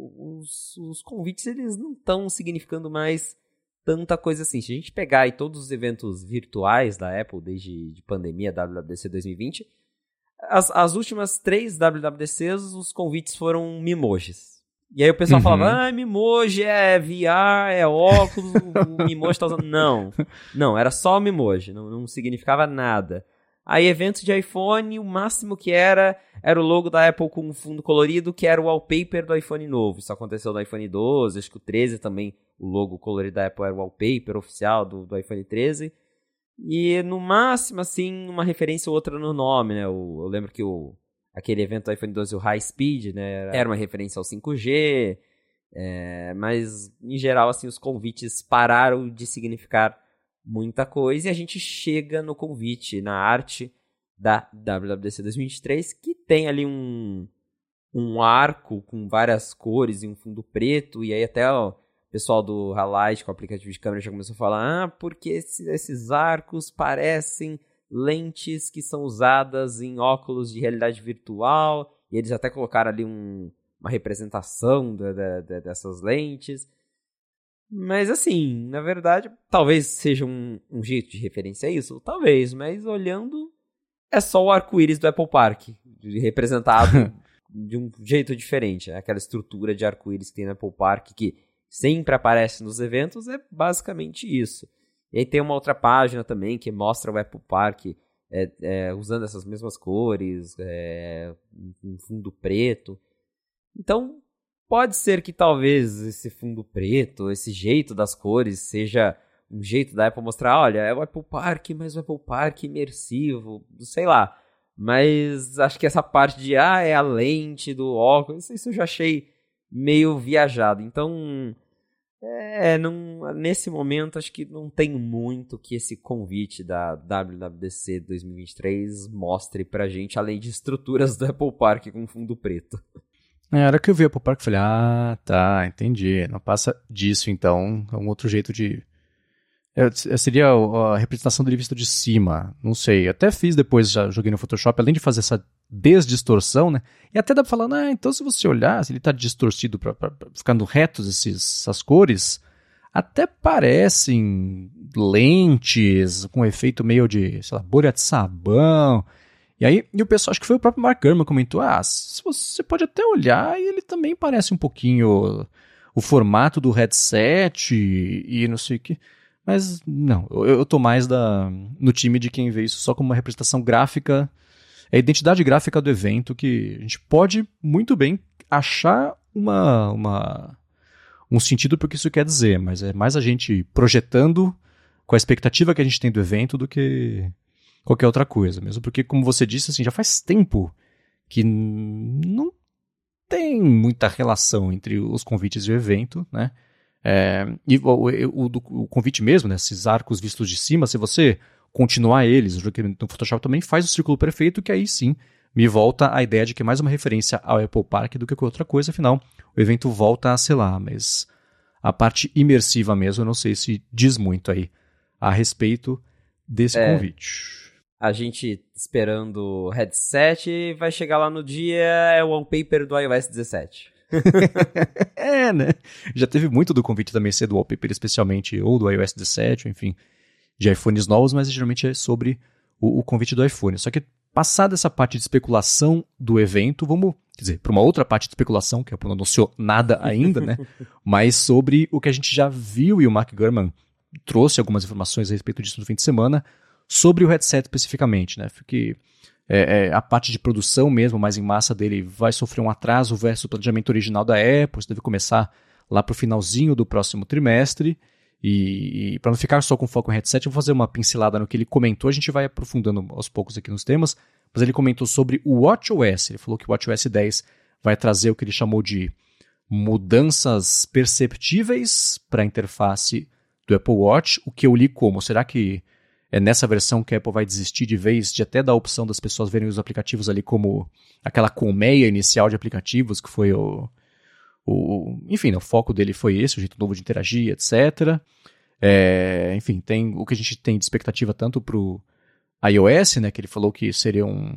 os, os convites, eles não estão significando mais tanta coisa assim. Se a gente pegar aí todos os eventos virtuais da Apple desde de pandemia, W W D C dois mil e vinte, as, as últimas três W W D Cs, os convites foram mimojis. E aí o pessoal uhum. falava, ah, Mimoji é V R, é óculos, o Mimoji tá usando... Não, não, era só o Mimoji, não, não significava nada. Aí eventos de iPhone, o máximo que era, era o logo da Apple com um fundo colorido, que era o wallpaper do iPhone novo. Isso aconteceu no iPhone doze, acho que o treze também, o logo colorido da Apple era o wallpaper oficial do, do iPhone treze. E no máximo, assim, uma referência ou outra no nome, né? O, eu lembro que o, aquele evento do iPhone doze, o High Speed, né? Era uma referência ao cinco G, é, mas em geral, assim, os convites pararam de significar muita coisa, e a gente chega no convite, na arte da W W D C dois mil e vinte e três, que tem ali um, um arco com várias cores e um fundo preto, e aí até o pessoal do Halite, com o aplicativo de câmera, já começou a falar, ah, porque esse, esses arcos parecem lentes que são usadas em óculos de realidade virtual, e eles até colocaram ali um, uma representação da, da, da, dessas lentes. Mas assim, na verdade, talvez seja um, um jeito de referenciar isso, talvez, mas olhando, é só o arco-íris do Apple Park, representado de um jeito diferente. Aquela estrutura de arco-íris que tem no Apple Park, que sempre aparece nos eventos, é basicamente isso. E aí tem uma outra página também que mostra o Apple Park é, é, usando essas mesmas cores, é, um fundo preto. Então, pode ser que talvez esse fundo preto, esse jeito das cores, seja um jeito da Apple mostrar, olha, é o Apple Park, mas o Apple Park imersivo, sei lá. Mas acho que essa parte de, ah, é a lente do óculos, isso eu já achei meio viajado. Então, é, não, nesse momento acho que não tem muito que esse convite da W W D C dois mil e vinte e três mostre pra gente, além de estruturas do Apple Park com fundo preto. Na hora que eu vi o Apple Park, eu falei, ah, tá, entendi. Não passa disso, então. É um outro jeito de... É, seria a representação dele visto de cima, não sei. Eu até fiz depois, já joguei no Photoshop, além de fazer essa desdistorção, né? E até dá pra falar, ah, então se você olhar, se ele tá distorcido, pra, pra, pra, ficando retos esses, essas cores, até parecem lentes com efeito meio de, sei lá, bolha de sabão. E aí, e o pessoal, acho que foi o próprio Mark Gurman, comentou, ah, se você pode até olhar e ele também parece um pouquinho o formato do headset e, e não sei o que. Mas não, eu, eu tô mais da, no time de quem vê isso só como uma representação gráfica, é a identidade gráfica do evento, que a gente pode muito bem achar uma, uma, um sentido para o que isso quer dizer, mas é mais a gente projetando com a expectativa que a gente tem do evento do que qualquer outra coisa, mesmo porque, como você disse, assim, já faz tempo que não tem muita relação entre os convites e o evento, né? É, e o, o, o, o convite mesmo, né, esses arcos vistos de cima, se você continuar eles, o jogo no Photoshop também faz o círculo perfeito, que aí sim me volta a ideia de que é mais uma referência ao Apple Park do que qualquer outra coisa, afinal o evento volta a, sei lá, mas a parte imersiva mesmo, eu não sei se diz muito aí a respeito desse é, convite. A gente esperando o headset, vai chegar lá no dia, é o wallpaper do iOS dezessete. É, né? Já teve muito do convite também ser do wallpaper, especialmente, ou do iOS dezessete, ou enfim, de iPhones novos, mas geralmente é sobre o, o convite do iPhone. Só que passada essa parte de especulação do evento, vamos, quer dizer, para uma outra parte de especulação, que a Apple não anunciou nada ainda, né? Mas sobre o que a gente já viu, e o Mark Gurman trouxe algumas informações a respeito disso no fim de semana, sobre o headset especificamente, né? Porque É, é, a parte de produção mesmo, mais em massa dele, vai sofrer um atraso versus o planejamento original da Apple. Isso deve começar lá para o finalzinho do próximo trimestre. E, e para não ficar só com foco em headset, eu vou fazer uma pincelada no que ele comentou. A gente vai aprofundando aos poucos aqui nos temas. Mas ele comentou sobre o WatchOS. Ele falou que o WatchOS dez vai trazer o que ele chamou de mudanças perceptíveis para a interface do Apple Watch. O que eu li como? Será que é nessa versão que a Apple vai desistir de vez de até dar a opção das pessoas verem os aplicativos ali como aquela colmeia inicial de aplicativos, que foi o... o enfim, né, o foco dele foi esse, o jeito novo de interagir, etcétera. É, enfim, tem o que a gente tem de expectativa tanto para o iOS, né, que ele falou que seriam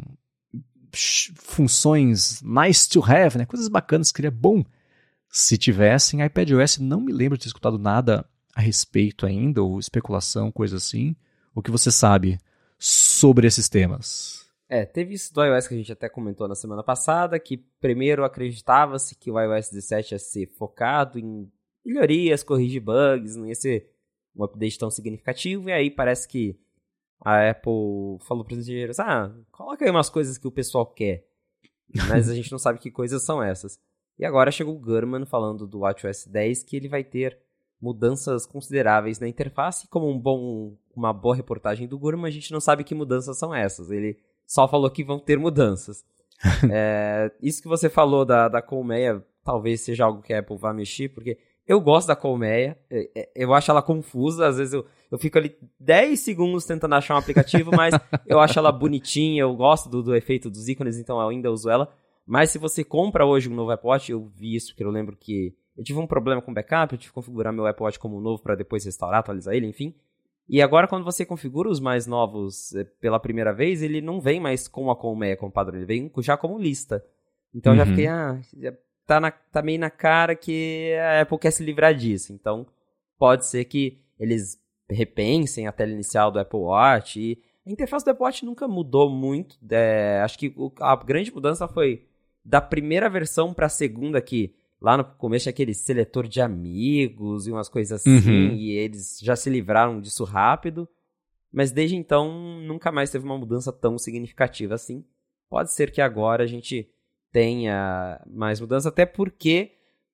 funções nice to have, né, coisas bacanas que seria bom se tivessem. iPadOS, não me lembro de ter escutado nada a respeito ainda, ou especulação, coisa assim. O que você sabe sobre esses temas? É, teve isso do iOS que a gente até comentou na semana passada, que primeiro acreditava-se que o iOS dezessete ia ser focado em melhorias, corrigir bugs, não ia ser um update tão significativo, e aí parece que a Apple falou para os engenheiros, ah, coloca aí umas coisas que o pessoal quer, mas a gente não sabe que coisas são essas. E agora chegou o Gurman falando do WatchOS dez, que ele vai ter mudanças consideráveis na interface. Como um bom, uma boa reportagem do Gurman, a gente não sabe que mudanças são essas. Ele só falou que vão ter mudanças. é, isso que você falou da, da colmeia, talvez seja algo que a Apple vá mexer, porque Eu gosto da colmeia, eu acho ela confusa, às vezes eu, eu fico ali dez segundos tentando achar um aplicativo, mas eu acho ela bonitinha, eu gosto do, do efeito dos ícones, então eu ainda uso ela. Mas se você compra hoje um novo Apple Watch, eu vi isso porque eu lembro que eu tive um problema com backup, eu tive que configurar meu Apple Watch como novo para depois restaurar, atualizar ele, enfim. E agora quando você configura os mais novos pela primeira vez, ele não vem mais com a colmeia como padrão, ele vem já como lista. Então uhum. eu já fiquei, ah... Tá, na, tá meio na cara que a Apple quer se livrar disso. Então, pode ser que eles repensem a tela inicial do Apple Watch. E a interface do Apple Watch nunca mudou muito. É, acho que o, a grande mudança foi da primeira versão para a segunda, que lá no começo tinha aquele seletor de amigos e umas coisas assim. Uhum. E eles já se livraram disso rápido. Mas desde então, nunca mais teve uma mudança tão significativa assim. Pode ser que agora a gente tenha mais mudança, até porque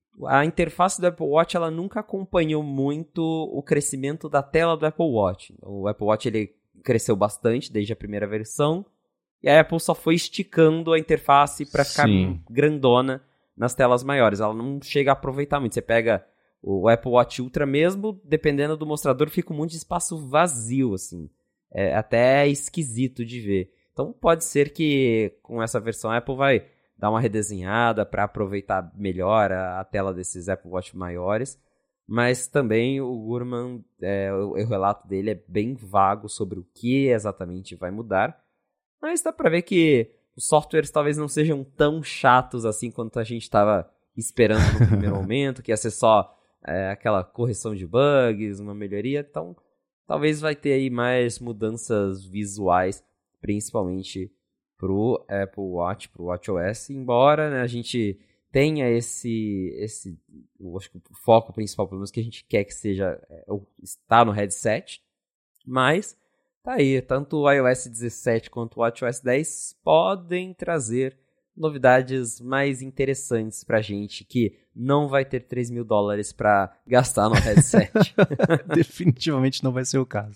a interface do Apple Watch ela nunca acompanhou muito o crescimento da tela do Apple Watch. O Apple Watch ele cresceu bastante desde a primeira versão, e a Apple só foi esticando a interface para ficar Sim. grandona nas telas maiores. Ela não chega a aproveitar muito. Você pega o Apple Watch Ultra mesmo, dependendo do mostrador, fica um monte de espaço vazio, assim. É até esquisito de ver. Então pode ser que com essa versão a Apple vai dar uma redesenhada para aproveitar melhor a, a tela desses Apple Watch maiores, mas também o Gurman, é, o, o relato dele é bem vago sobre o que exatamente vai mudar, mas dá para ver que os softwares talvez não sejam tão chatos assim quanto a gente estava esperando no primeiro momento, que ia ser só é, aquela correção de bugs, uma melhoria, então talvez vai ter aí mais mudanças visuais, principalmente pro Apple Watch, pro WatchOS, embora, né, a gente tenha esse, esse eu acho que o foco principal, pelo menos que a gente quer que seja, é, está no headset, mas tá aí, tanto o iOS dezessete quanto o WatchOS dez podem trazer novidades mais interessantes pra gente, que não vai ter três mil dólares pra gastar no headset. Definitivamente não vai ser o caso.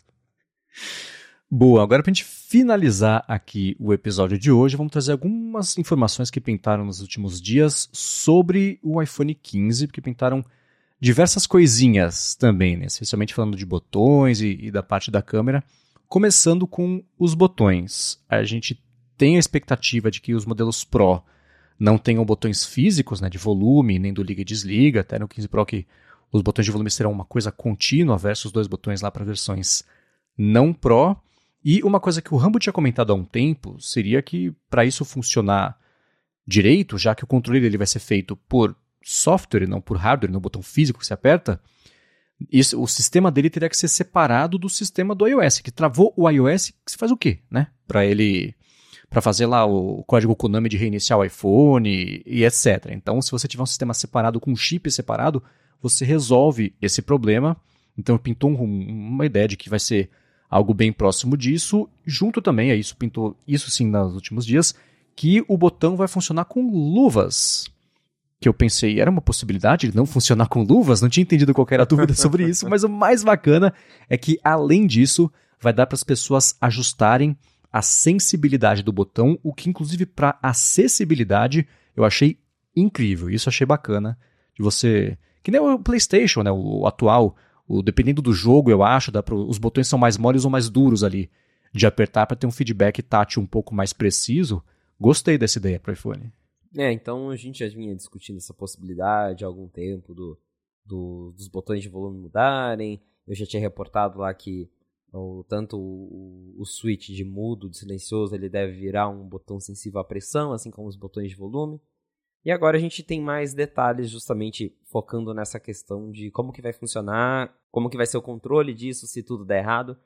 Boa, agora para a gente finalizar aqui o episódio de hoje, vamos trazer algumas informações que pintaram nos últimos dias sobre o iPhone quinze, porque pintaram diversas coisinhas também, né? Especialmente falando de botões e, e da parte da câmera. Começando com os botões. A gente tem a expectativa de que os modelos Pro não tenham botões físicos, né, de volume, nem do liga e desliga, até no quinze Pro que os botões de volume serão uma coisa contínua versus dois botões lá para versões não Pro. E uma coisa que o Rambo tinha comentado há um tempo seria que para isso funcionar direito, já que o controle ele vai ser feito por software e não por hardware, no botão físico que você aperta, isso, o sistema dele teria que ser separado do sistema do iOS, que travou o iOS, que você faz o quê, né? Para ele, para fazer lá o código Konami de reiniciar o iPhone e, e etcétera. Então, se você tiver um sistema separado com um chip separado, você resolve esse problema. Então, pintou um, uma ideia de que vai ser algo bem próximo disso, junto também a isso, pintou isso sim nos últimos dias, que o botão vai funcionar com luvas. Que eu pensei, era uma possibilidade de não funcionar com luvas? Não tinha entendido qual era a dúvida sobre isso, mas o mais bacana é que, além disso, vai dar para as pessoas ajustarem a sensibilidade do botão, o que, inclusive, para acessibilidade, eu achei incrível. Isso eu achei bacana, de você... Que nem o PlayStation, né, o atual... O, dependendo do jogo, eu acho, dá pro, os botões são mais moles ou mais duros ali de apertar para ter um feedback tátil um pouco mais preciso. Gostei dessa ideia para o iPhone. É, então a gente já vinha discutindo essa possibilidade há algum tempo do, do, dos botões de volume mudarem. Eu já tinha reportado lá que o, tanto o, o switch de mudo, de silencioso, ele deve virar um botão sensível à pressão, assim como os botões de volume. E agora a gente tem mais detalhes justamente focando nessa questão de como que vai funcionar, como que vai ser o controle disso se tudo der errado.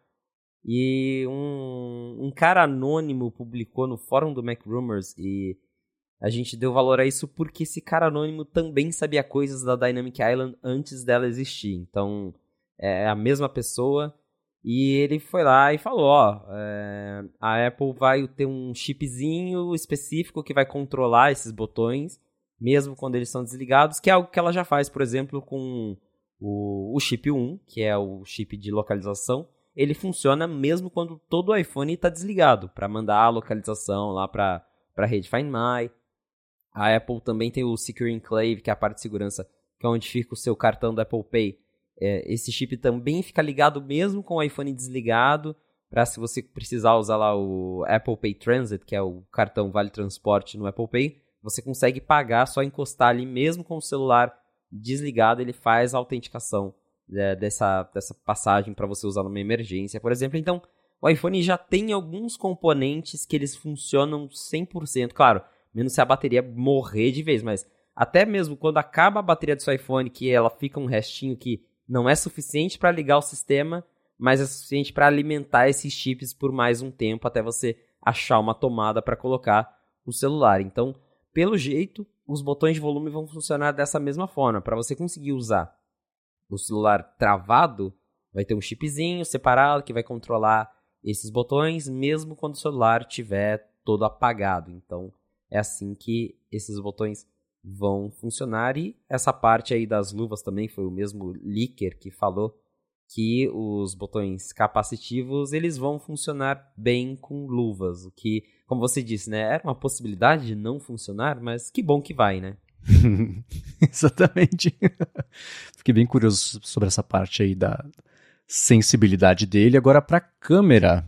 E um, um cara anônimo publicou no fórum do Mac Rumors e a gente deu valor a isso porque esse cara anônimo também sabia coisas da Dynamic Island antes dela existir. Então é a mesma pessoa e ele foi lá e falou, ó, é, a Apple vai ter um chipzinho específico que vai controlar esses botões mesmo quando eles são desligados, que é algo que ela já faz, por exemplo, com o, o chip um, que é o chip de localização. Ele funciona mesmo quando todo o iPhone está desligado, para mandar a localização lá para a rede Find My. A Apple também tem o Secure Enclave, que é a parte de segurança que é onde fica o seu cartão do Apple Pay, é, esse chip também fica ligado mesmo com o iPhone desligado, para se você precisar usar lá o Apple Pay Transit, que é o cartão Vale Transporte no Apple Pay, você consegue pagar, só encostar ali mesmo com o celular desligado, ele faz a autenticação é, dessa, dessa passagem para você usar numa emergência, por exemplo. Então, o iPhone já tem alguns componentes que eles funcionam cem por cento, claro, menos se a bateria morrer de vez, mas até mesmo quando acaba a bateria do seu iPhone, que ela fica um restinho que não é suficiente para ligar o sistema, mas é suficiente para alimentar esses chips por mais um tempo até você achar uma tomada para colocar o celular. Então, pelo jeito, os botões de volume vão funcionar dessa mesma forma. Para você conseguir usar o celular travado, vai ter um chipzinho separado que vai controlar esses botões, mesmo quando o celular estiver todo apagado. Então, é assim que esses botões vão funcionar. E essa parte aí das luvas também foi o mesmo leaker que falou que os botões capacitivos, eles vão funcionar bem com luvas, o que, como você disse, né, era uma possibilidade de não funcionar, mas que bom que vai, né? Exatamente. Fiquei bem curioso sobre essa parte aí da sensibilidade dele. Agora, para a câmera,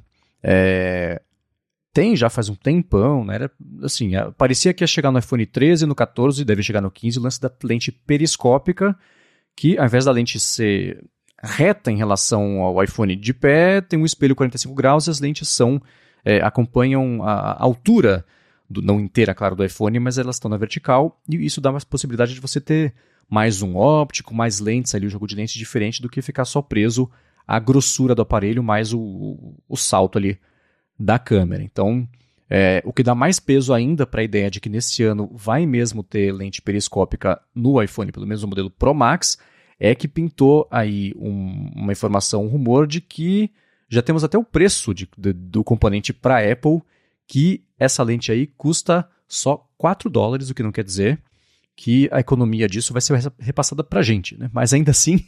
é... tem já faz um tempão, né? Era, assim, parecia que ia chegar no iPhone treze, no quatorze, deve chegar no quinze, o lance da lente periscópica, que ao invés da lente ser reta em relação ao iPhone de pé, tem um espelho quarenta e cinco graus e as lentes são, é, acompanham a altura, do, não inteira, claro, do iPhone, mas elas estão na vertical, e isso dá uma possibilidade de você ter mais um óptico, mais lentes ali, o jogo de lentes diferente do que ficar só preso à grossura do aparelho, mais o, o, o salto ali da câmera. Então, é, o que dá mais peso ainda para a ideia de que nesse ano vai mesmo ter lente periscópica no iPhone, pelo menos no modelo Pro Max, é que pintou aí um, uma informação, um rumor de que já temos até o preço de, de, do componente para a Apple, que essa lente aí custa só quatro dólares, o que não quer dizer que a economia disso vai ser repassada para a gente, né? Mas ainda assim,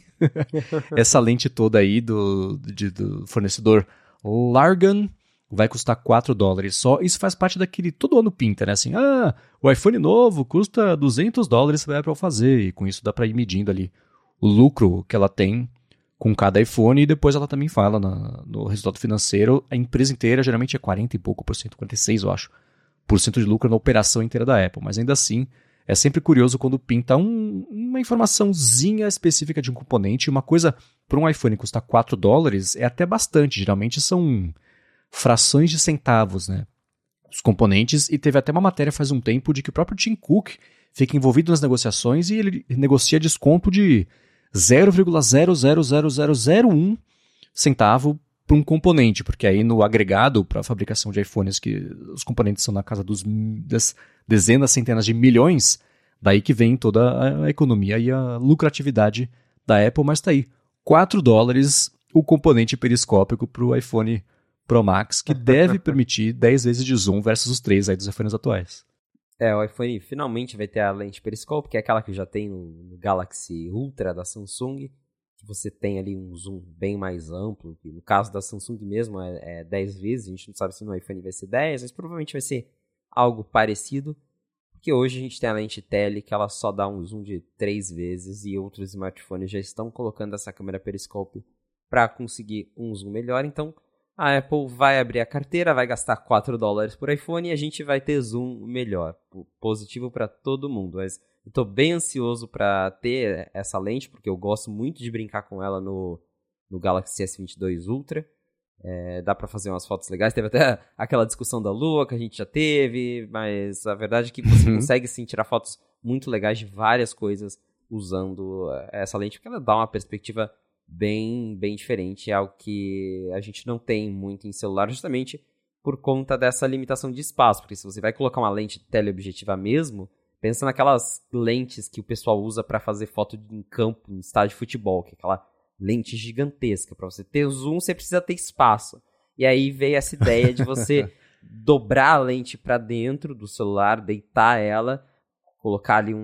essa lente toda aí do, de, do fornecedor Largan vai custar quatro dólares só. Isso faz parte daquele, todo ano pinta, né? Assim, ah, o iPhone novo custa duzentos dólares para a Apple fazer, e com isso dá para ir medindo ali o lucro que ela tem com cada iPhone, e depois ela também fala na, no resultado financeiro, a empresa inteira geralmente é quarenta e pouco por cento, quarenta e seis eu acho, por cento de lucro na operação inteira da Apple, mas ainda assim é sempre curioso quando pinta um, uma informaçãozinha específica de um componente. Uma coisa para um iPhone custar quatro dólares é até bastante, geralmente são frações de centavos, né, os componentes, e teve até uma matéria faz um tempo de que o próprio Tim Cook fica envolvido nas negociações e ele negocia desconto de zero vírgula zero zero zero zero zero um centavo para um componente, porque aí no agregado para a fabricação de iPhones, que os componentes são na casa dos, das dezenas, centenas de milhões, daí que vem toda a economia e a lucratividade da Apple, mas tá aí, quatro dólares o componente periscópico para o iPhone Pro Max, que deve permitir dez vezes de zoom versus os três aí dos iPhones atuais. É, o iPhone finalmente vai ter a lente periscópica, que é aquela que já tem no, no Galaxy Ultra da Samsung, que você tem ali um zoom bem mais amplo, que no caso da Samsung mesmo é, é dez vezes, a gente não sabe se no iPhone vai ser dez, mas provavelmente vai ser algo parecido, porque hoje a gente tem a lente tele que ela só dá um zoom de três vezes, e outros smartphones já estão colocando essa câmera periscópio para conseguir um zoom melhor. Então a Apple vai abrir a carteira, vai gastar quatro dólares por iPhone e a gente vai ter zoom melhor. Positivo para todo mundo. Mas eu tô bem ansioso para ter essa lente, porque eu gosto muito de brincar com ela no, no Galaxy S vinte e dois Ultra. É, dá para fazer umas fotos legais. Teve até aquela discussão da Lua que a gente já teve, mas a verdade é que você uhum. consegue sim tirar fotos muito legais de várias coisas usando essa lente, porque ela dá uma perspectiva bem, bem diferente, é algo que a gente não tem muito em celular, justamente por conta dessa limitação de espaço, porque se você vai colocar uma lente teleobjetiva mesmo, pensa naquelas lentes que o pessoal usa para fazer foto em campo, em estádio de futebol, que é aquela lente gigantesca. Para você ter zoom, você precisa ter espaço. E aí veio essa ideia de você dobrar a lente para dentro do celular, deitar ela, colocar ali um,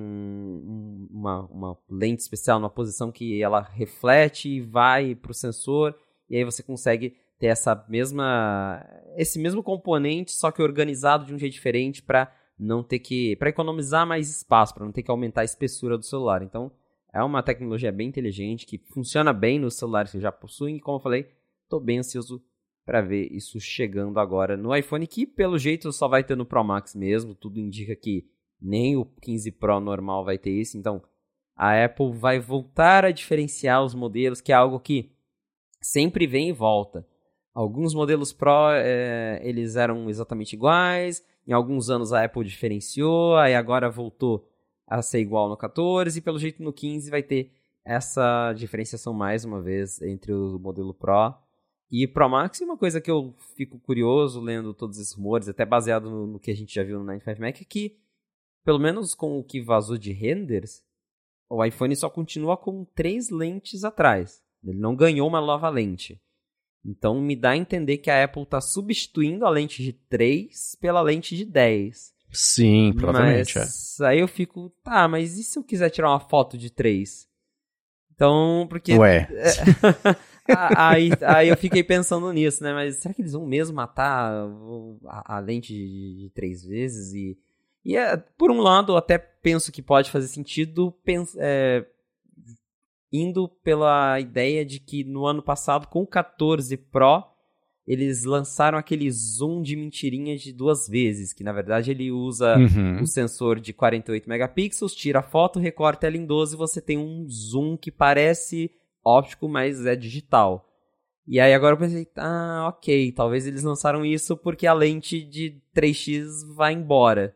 um, uma, uma lente especial numa posição que ela reflete e vai para o sensor, e aí você consegue ter essa mesma, esse mesmo componente, só que organizado de um jeito diferente para não ter que, para economizar mais espaço, para não ter que aumentar a espessura do celular. Então É uma tecnologia bem inteligente, que funciona bem nos celulares que já possuem, e como eu falei, tô bem ansioso para ver isso chegando agora no iPhone, que pelo jeito só vai ter no Pro Max mesmo, tudo indica que nem o quinze Pro normal vai ter isso, então a Apple vai voltar a diferenciar os modelos, que é algo que sempre vem e volta. Alguns modelos Pro, é, eles eram exatamente iguais, em alguns anos a Apple diferenciou, aí agora voltou a ser igual no quatorze, e pelo jeito no quinze vai ter essa diferenciação mais uma vez entre o modelo Pro e Pro Max. E uma coisa que eu fico curioso lendo todos esses rumores, até baseado no, no que a gente já viu no noventa e cinco Mac, é que, pelo menos com o que vazou de renders, o iPhone só continua com três lentes atrás. Ele não ganhou uma nova lente. Então me dá a entender que a Apple está substituindo a lente de três pela lente de dez. Sim, provavelmente. Mas é. Aí eu fico, tá, mas e se eu quiser tirar uma foto de três? Então, porque... Ué. aí, aí eu fiquei pensando nisso, né? Mas será que eles vão mesmo matar a, a lente de, de três vezes? E, e é, por um lado, eu até penso que pode fazer sentido pens, é, indo pela ideia de que no ano passado, com o quatorze Pro, eles lançaram aquele zoom de mentirinha de duas vezes, que na verdade ele usa uhum. o sensor de quarenta e oito megapixels, tira a foto, recorta ela em doze e você tem um zoom que parece óptico, mas é digital. E aí agora eu pensei, ah, ok, talvez eles lançaram isso porque a lente de três x vai embora.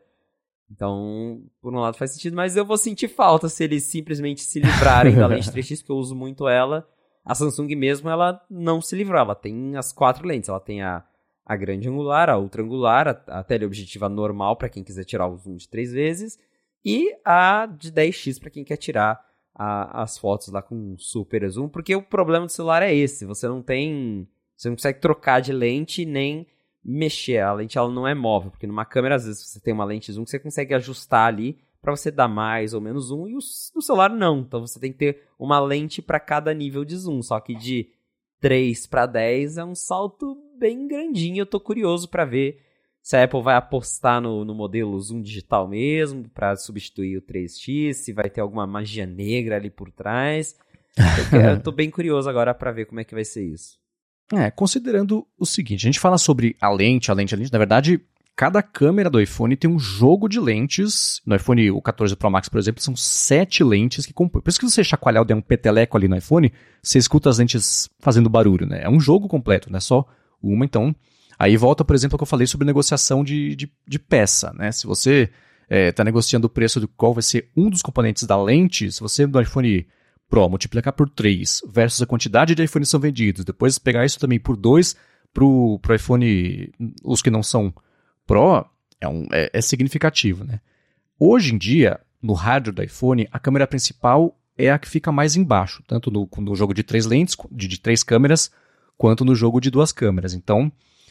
Então, por um lado faz sentido, mas eu vou sentir falta se eles simplesmente se livrarem da lente três x, que eu uso muito ela. A Samsung mesmo, ela não se livrou, ela tem as quatro lentes, ela tem a, a grande angular, a ultra angular, a, a teleobjetiva normal para quem quiser tirar o zoom de três vezes, e a de dez x para quem quer tirar a, as fotos lá com super zoom, porque o problema do celular é esse, você não tem, você não consegue trocar de lente nem mexer, a lente ela não é móvel, porque numa câmera às vezes você tem uma lente zoom que você consegue ajustar ali para você dar mais ou menos zoom, e o, o celular não. Então você tem que ter uma lente para cada nível de zoom. Só que de três para dez é um salto bem grandinho. Eu tô curioso para ver se a Apple vai apostar no, no modelo zoom digital mesmo, para substituir o três x, se vai ter alguma magia negra ali por trás. Eu, quero, eu tô bem curioso agora para ver como é que vai ser isso. É, considerando o seguinte, a gente fala sobre a lente, a lente, a lente, na verdade... Cada câmera do iPhone tem um jogo de lentes. No iPhone, o quatorze Pro Max, por exemplo, são sete lentes que compõem. Por isso que se você chacoalhar ou der um peteleco ali no iPhone, você escuta as lentes fazendo barulho, né? É um jogo completo, não é só uma. Então, aí volta, por exemplo, ao que eu falei sobre negociação de, de, de peça, né? Se você está é, negociando o preço de qual vai ser um dos componentes da lente, se você no iPhone Pro multiplicar por três versus a quantidade de iPhones que são vendidos, depois pegar isso também por dois para o iPhone, os que não são Pro, é, um, é, é significativo, né? Hoje em dia, no hardware do iPhone, a câmera principal é a que fica mais embaixo, tanto no, no jogo de três lentes, de, de três câmeras, quanto no jogo de duas câmeras. Então,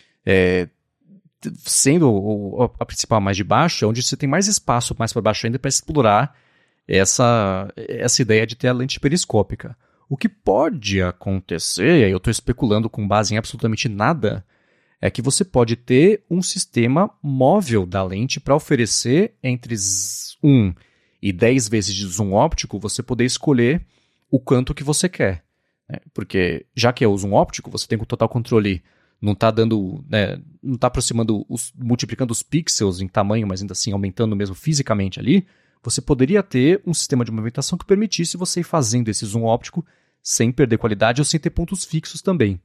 é, sendo o, a principal mais de baixo, é onde você tem mais espaço mais para baixo ainda para explorar essa, essa ideia de ter a lente periscópica. O que pode acontecer, e aí eu estou especulando com base em absolutamente nada, é que você pode ter um sistema móvel da lente para oferecer entre um e dez vezes de zoom óptico, você poder escolher o quanto que você quer. Né? Porque já que é o zoom óptico, você tem o total controle, não está dando, né, não está aproximando, os, multiplicando os pixels em tamanho, mas ainda assim aumentando mesmo fisicamente ali, você poderia ter um sistema de movimentação que permitisse você ir fazendo esse zoom óptico sem perder qualidade ou sem ter pontos fixos também.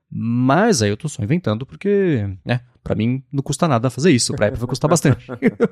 Mas aí eu tô só inventando porque, né, pra mim não custa nada fazer isso, pra Apple vai custar bastante.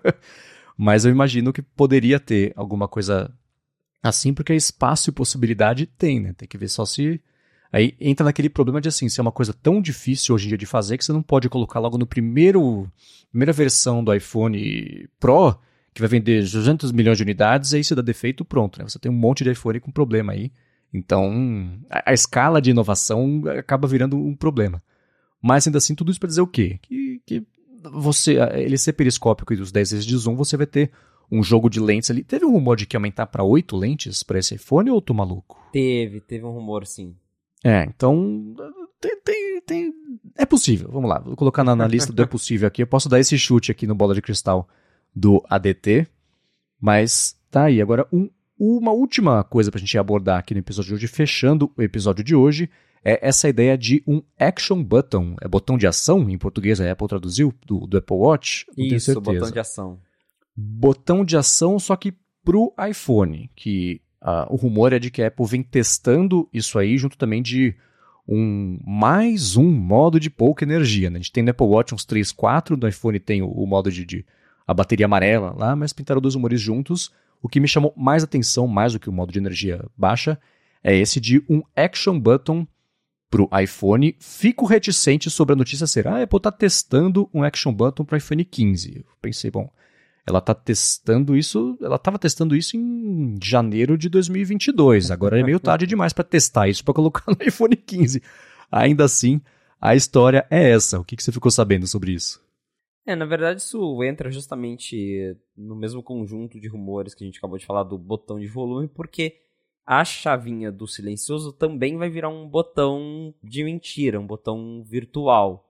Mas eu imagino que poderia ter alguma coisa assim, porque espaço e possibilidade tem, né? Tem que ver só se... Aí entra naquele problema de assim, se é uma coisa tão difícil hoje em dia de fazer que você não pode colocar logo no primeiro primeira versão do iPhone Pro, que vai vender duzentos milhões de unidades, e aí se dá defeito, pronto, né? Você tem um monte de iPhone com problema aí. Então, a, a escala de inovação acaba virando um problema. Mas ainda assim, tudo isso para dizer o quê? Que, que você, ele ser periscópico e dos dez vezes de zoom, você vai ter um jogo de lentes ali. Teve um rumor de que ia aumentar para oito lentes para esse iPhone ou eu tô maluco? Teve, teve um rumor sim. É, então, tem, tem, tem, é possível. Vamos lá, vou colocar na, na lista do é possível aqui. Eu posso dar esse chute aqui no Bola de Cristal do A D T, mas tá aí. Agora, um uma última coisa para a gente abordar aqui no episódio de hoje, fechando o episódio de hoje, é essa ideia de um action button. É botão de ação, em português a Apple traduziu, do, do Apple Watch? Não tenho Isso, certeza. botão de ação. Botão de ação, só que pro iPhone, que uh, o rumor é de que a Apple vem testando isso aí, junto também de um mais um modo de pouca energia. Né? A gente tem no Apple Watch uns três, quatro, no iPhone tem o, o modo de, de a bateria amarela lá, mas pintaram dois rumores juntos. O que me chamou mais atenção, mais do que o modo de energia baixa, é esse de um action button pro iPhone. Fico reticente sobre a notícia ser, ah, a Apple está testando um action button para o iPhone quinze. Eu pensei, bom, ela está testando isso, ela estava testando isso em janeiro de dois mil e vinte e dois. Agora é meio tarde demais para testar isso para colocar no iPhone quinze. Ainda assim, a história é essa. O que, que você ficou sabendo sobre isso? É, na verdade isso entra justamente no mesmo conjunto de rumores que a gente acabou de falar do botão de volume, porque a chavinha do silencioso também vai virar um botão de mentira, um botão virtual.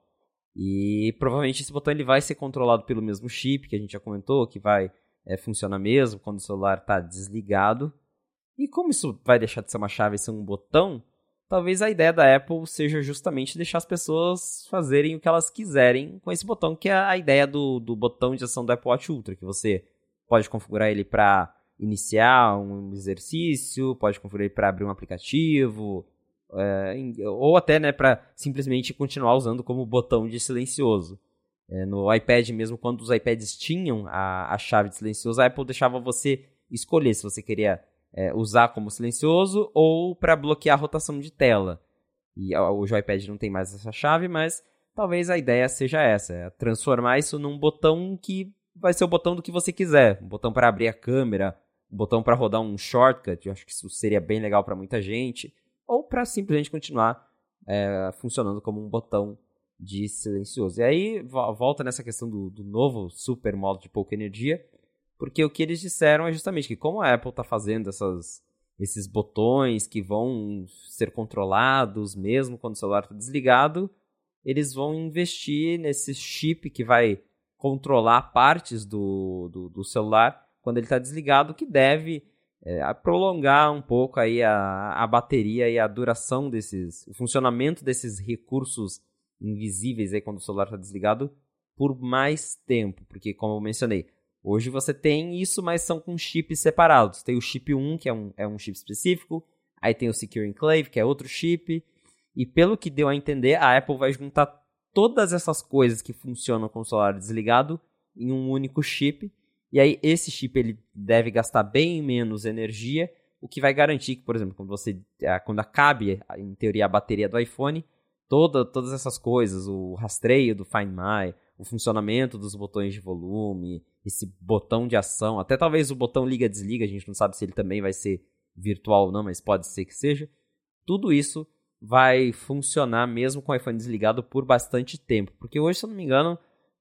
E provavelmente esse botão ele vai ser controlado pelo mesmo chip que a gente já comentou, que vai é, funcionar mesmo quando o celular está desligado. E como isso vai deixar de ser uma chave e ser um botão, talvez a ideia da Apple seja justamente deixar as pessoas fazerem o que elas quiserem com esse botão, que é a ideia do, do botão de ação do Apple Watch Ultra, que você pode configurar ele para iniciar um exercício, pode configurar ele para abrir um aplicativo, é, ou até né, para simplesmente continuar usando como botão de silencioso. É, no iPad mesmo, quando os iPads tinham a, a chave de silencioso, a Apple deixava você escolher se você queria é, usar como silencioso ou para bloquear a rotação de tela. E hoje o iPad não tem mais essa chave, mas talvez a ideia seja essa, é transformar isso num botão que vai ser o botão do que você quiser. Um botão para abrir a câmera, um botão para rodar um shortcut, eu acho que isso seria bem legal para muita gente, ou para simplesmente continuar é, funcionando como um botão de silencioso. E aí volta nessa questão do, do novo super modo de pouca energia, porque o que eles disseram é justamente que como a Apple está fazendo essas, esses botões que vão ser controlados mesmo quando o celular está desligado, eles vão investir nesse chip que vai controlar partes do, do, do celular quando ele está desligado, que deve é, prolongar um pouco aí a, a bateria e a duração desses, o funcionamento desses recursos invisíveis aí quando o celular está desligado por mais tempo, porque como eu mencionei, hoje você tem isso, mas são com chips separados. Tem o chip um, que é um, é um chip específico, aí tem o Secure Enclave, que é outro chip, e pelo que deu a entender, a Apple vai juntar todas essas coisas que funcionam com o celular desligado em um único chip, e aí esse chip ele deve gastar bem menos energia, o que vai garantir que, por exemplo, quando, você, quando acabe, em teoria, a bateria do iPhone, toda, todas essas coisas, o rastreio do Find My, o funcionamento dos botões de volume, esse botão de ação, até talvez o botão liga-desliga, a gente não sabe se ele também vai ser virtual ou não, mas pode ser que seja. Tudo isso vai funcionar mesmo com o iPhone desligado por bastante tempo, porque hoje, se eu não me engano,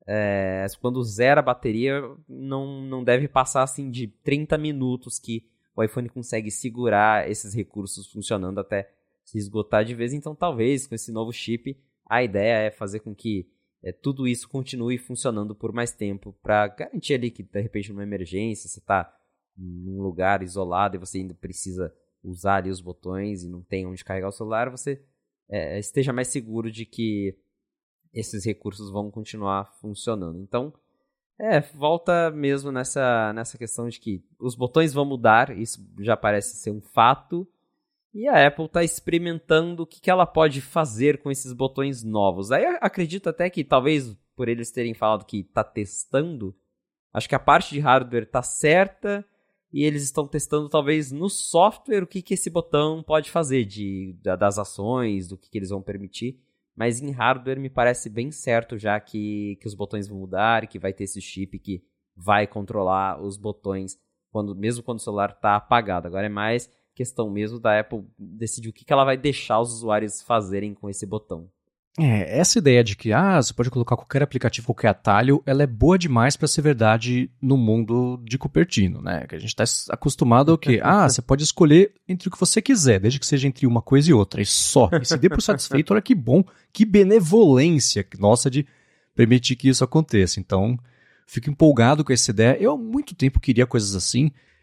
é, quando zera a bateria, não, não deve passar assim de trinta minutos que o iPhone consegue segurar esses recursos funcionando até se esgotar de vez. Então talvez com esse novo chip a ideia é fazer com que é, tudo isso continue funcionando por mais tempo, para garantir ali que de repente numa emergência você está num lugar isolado e você ainda precisa usar ali os botões e não tem onde carregar o celular, você é, esteja mais seguro de que esses recursos vão continuar funcionando. Então, é, volta mesmo nessa, nessa questão de que os botões vão mudar, isso já parece ser um fato, e a Apple está experimentando o que, que ela pode fazer com esses botões novos. Aí eu acredito até que, talvez por eles terem falado que está testando, acho que a parte de hardware está certa, e eles estão testando talvez no software o que, que esse botão pode fazer, de, das ações, do que, que eles vão permitir. Mas em hardware me parece bem certo já que, que os botões vão mudar, que vai ter esse chip que vai controlar os botões quando, mesmo quando o celular está apagado. Agora é mais questão mesmo da Apple decidir o que, que ela vai deixar os usuários fazerem com esse botão. É, essa ideia de que ah, você pode colocar qualquer aplicativo, qualquer atalho, ela é boa demais para ser verdade no mundo de Cupertino, né? Que a gente está acostumado ao quê? Ah, você pode escolher entre o que você quiser, desde que seja entre uma coisa e outra, e só. E se dê por satisfeito, olha que bom, que benevolência nossa de permitir que isso aconteça. Então, fico empolgado com essa ideia. Eu há muito tempo queria coisas assim,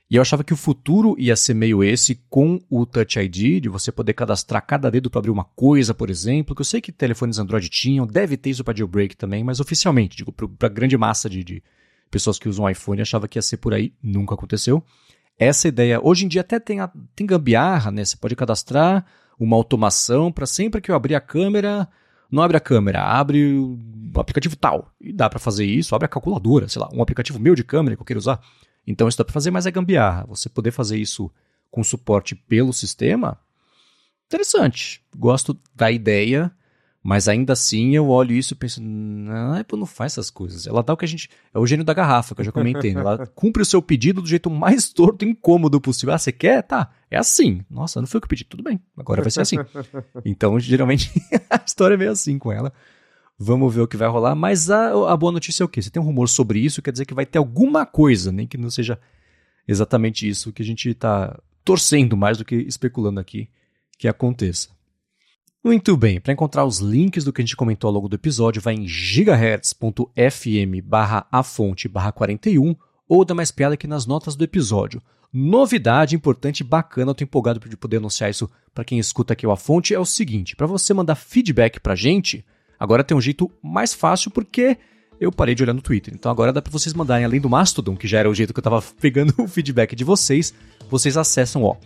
E eu achava que o futuro ia ser meio esse, com o Touch I D, de você poder cadastrar cada dedo para abrir uma coisa, por exemplo, que eu sei que telefones Android tinham, deve ter isso para jailbreak também, mas oficialmente, digo, para a grande massa de, de pessoas que usam iPhone, achava que ia ser por aí, nunca aconteceu. Essa ideia, hoje em dia até tem, a, tem gambiarra, né? Você pode cadastrar uma automação para sempre que eu abrir a câmera, não abre a câmera, abre o aplicativo tal. E dá para fazer isso, abre a calculadora, sei lá, um aplicativo meu de câmera que eu quero usar. Então isso dá para fazer, mas é gambiarra. Você poder fazer isso com suporte pelo sistema, interessante. Gosto da ideia, mas ainda assim eu olho isso e penso, não, a Apple não faz essas coisas. Ela dá o que a gente... É o gênio da garrafa, que eu já comentei. Né? Ela cumpre o seu pedido do jeito mais torto e incômodo possível. Ah, você quer? Tá. É assim. Nossa, não foi o que eu pedi. Tudo bem. Agora vai ser assim. Então, geralmente, a história é meio assim com ela. Vamos ver o que vai rolar, mas a, a boa notícia é o quê? Você tem um rumor sobre isso, quer dizer que vai ter alguma coisa, nem que não seja exatamente isso que a gente está torcendo mais do que especulando aqui que aconteça. Muito bem, para encontrar os links do que a gente comentou ao longo do episódio, vai em gigahertz.fm barra a fonte barra quarenta e um ou dá mais piada aqui nas notas do episódio. Novidade importante e bacana, eu tô empolgado de poder anunciar isso para quem escuta aqui o A Fonte, é o seguinte, para você mandar feedback pra gente, agora tem um jeito mais fácil porque eu parei de olhar no Twitter. Então agora dá para vocês mandarem, além do Mastodon, que já era o jeito que eu estava pegando o feedback de vocês, vocês acessam ó,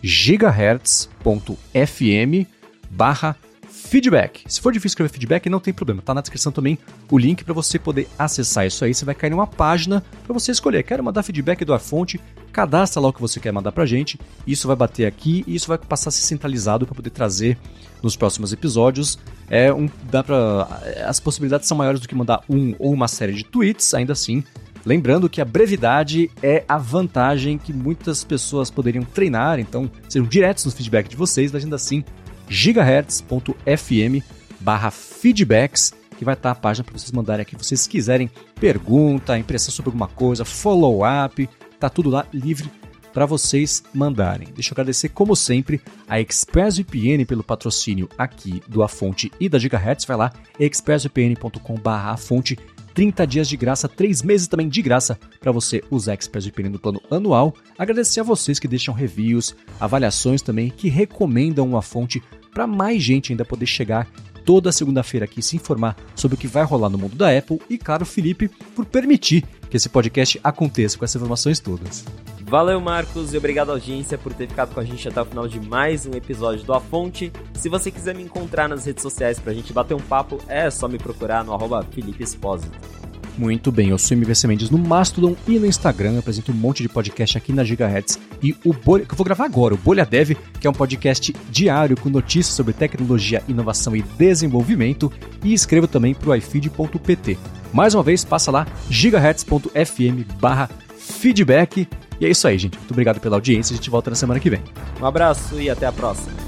gigahertz.fm barra feedback. Se for difícil escrever feedback, não tem problema. Tá na descrição também o link para você poder acessar isso aí. Você vai cair numa página para você escolher. Quero mandar feedback do A Fonte, cadastra lá o que você quer mandar pra gente. Isso vai bater aqui e isso vai passar a ser centralizado para poder trazer nos próximos episódios. É um, dá pra, as possibilidades são maiores do que mandar um ou uma série de tweets, ainda assim. Lembrando que a brevidade é a vantagem que muitas pessoas poderiam treinar, então sejam diretos no feedback de vocês, mas ainda assim, gigahertz.fm barra feedbacks, que vai estar a página para vocês mandarem aqui, se vocês quiserem pergunta, impressão sobre alguma coisa, follow-up, tá tudo lá livre para vocês mandarem. Deixa eu agradecer, como sempre, a ExpressVPN pelo patrocínio aqui do A Fonte e da Gigahertz. Vai lá, expressvpn ponto com barra a fonte, trinta dias de graça, três meses também de graça para você usar a ExpressVPN no plano anual. Agradecer a vocês que deixam reviews, avaliações também, que recomendam o A Fonte para mais gente ainda poder chegar toda segunda-feira aqui e se informar sobre o que vai rolar no mundo da Apple. E claro, Felipe, por permitir que esse podcast aconteça com essas informações todas. Valeu, Marcos, e obrigado, audiência, por ter ficado com a gente até o final de mais um episódio do A Fonte. Se você quiser me encontrar nas redes sociais pra gente bater um papo, é só me procurar no arroba Felipe Espósito. Muito bem, eu sou M V C Mendes no Mastodon e no Instagram, eu apresento um monte de podcast aqui na Gigahertz e o Bolha, que eu vou gravar agora, o Bolha Dev, que é um podcast diário com notícias sobre tecnologia, inovação e desenvolvimento, e escrevo também para o ifeed ponto p t. Mais uma vez, passa lá, gigahertz.fm barra feedback. E é isso aí, gente. Muito obrigado pela audiência. A gente volta na semana que vem. Um abraço e até a próxima.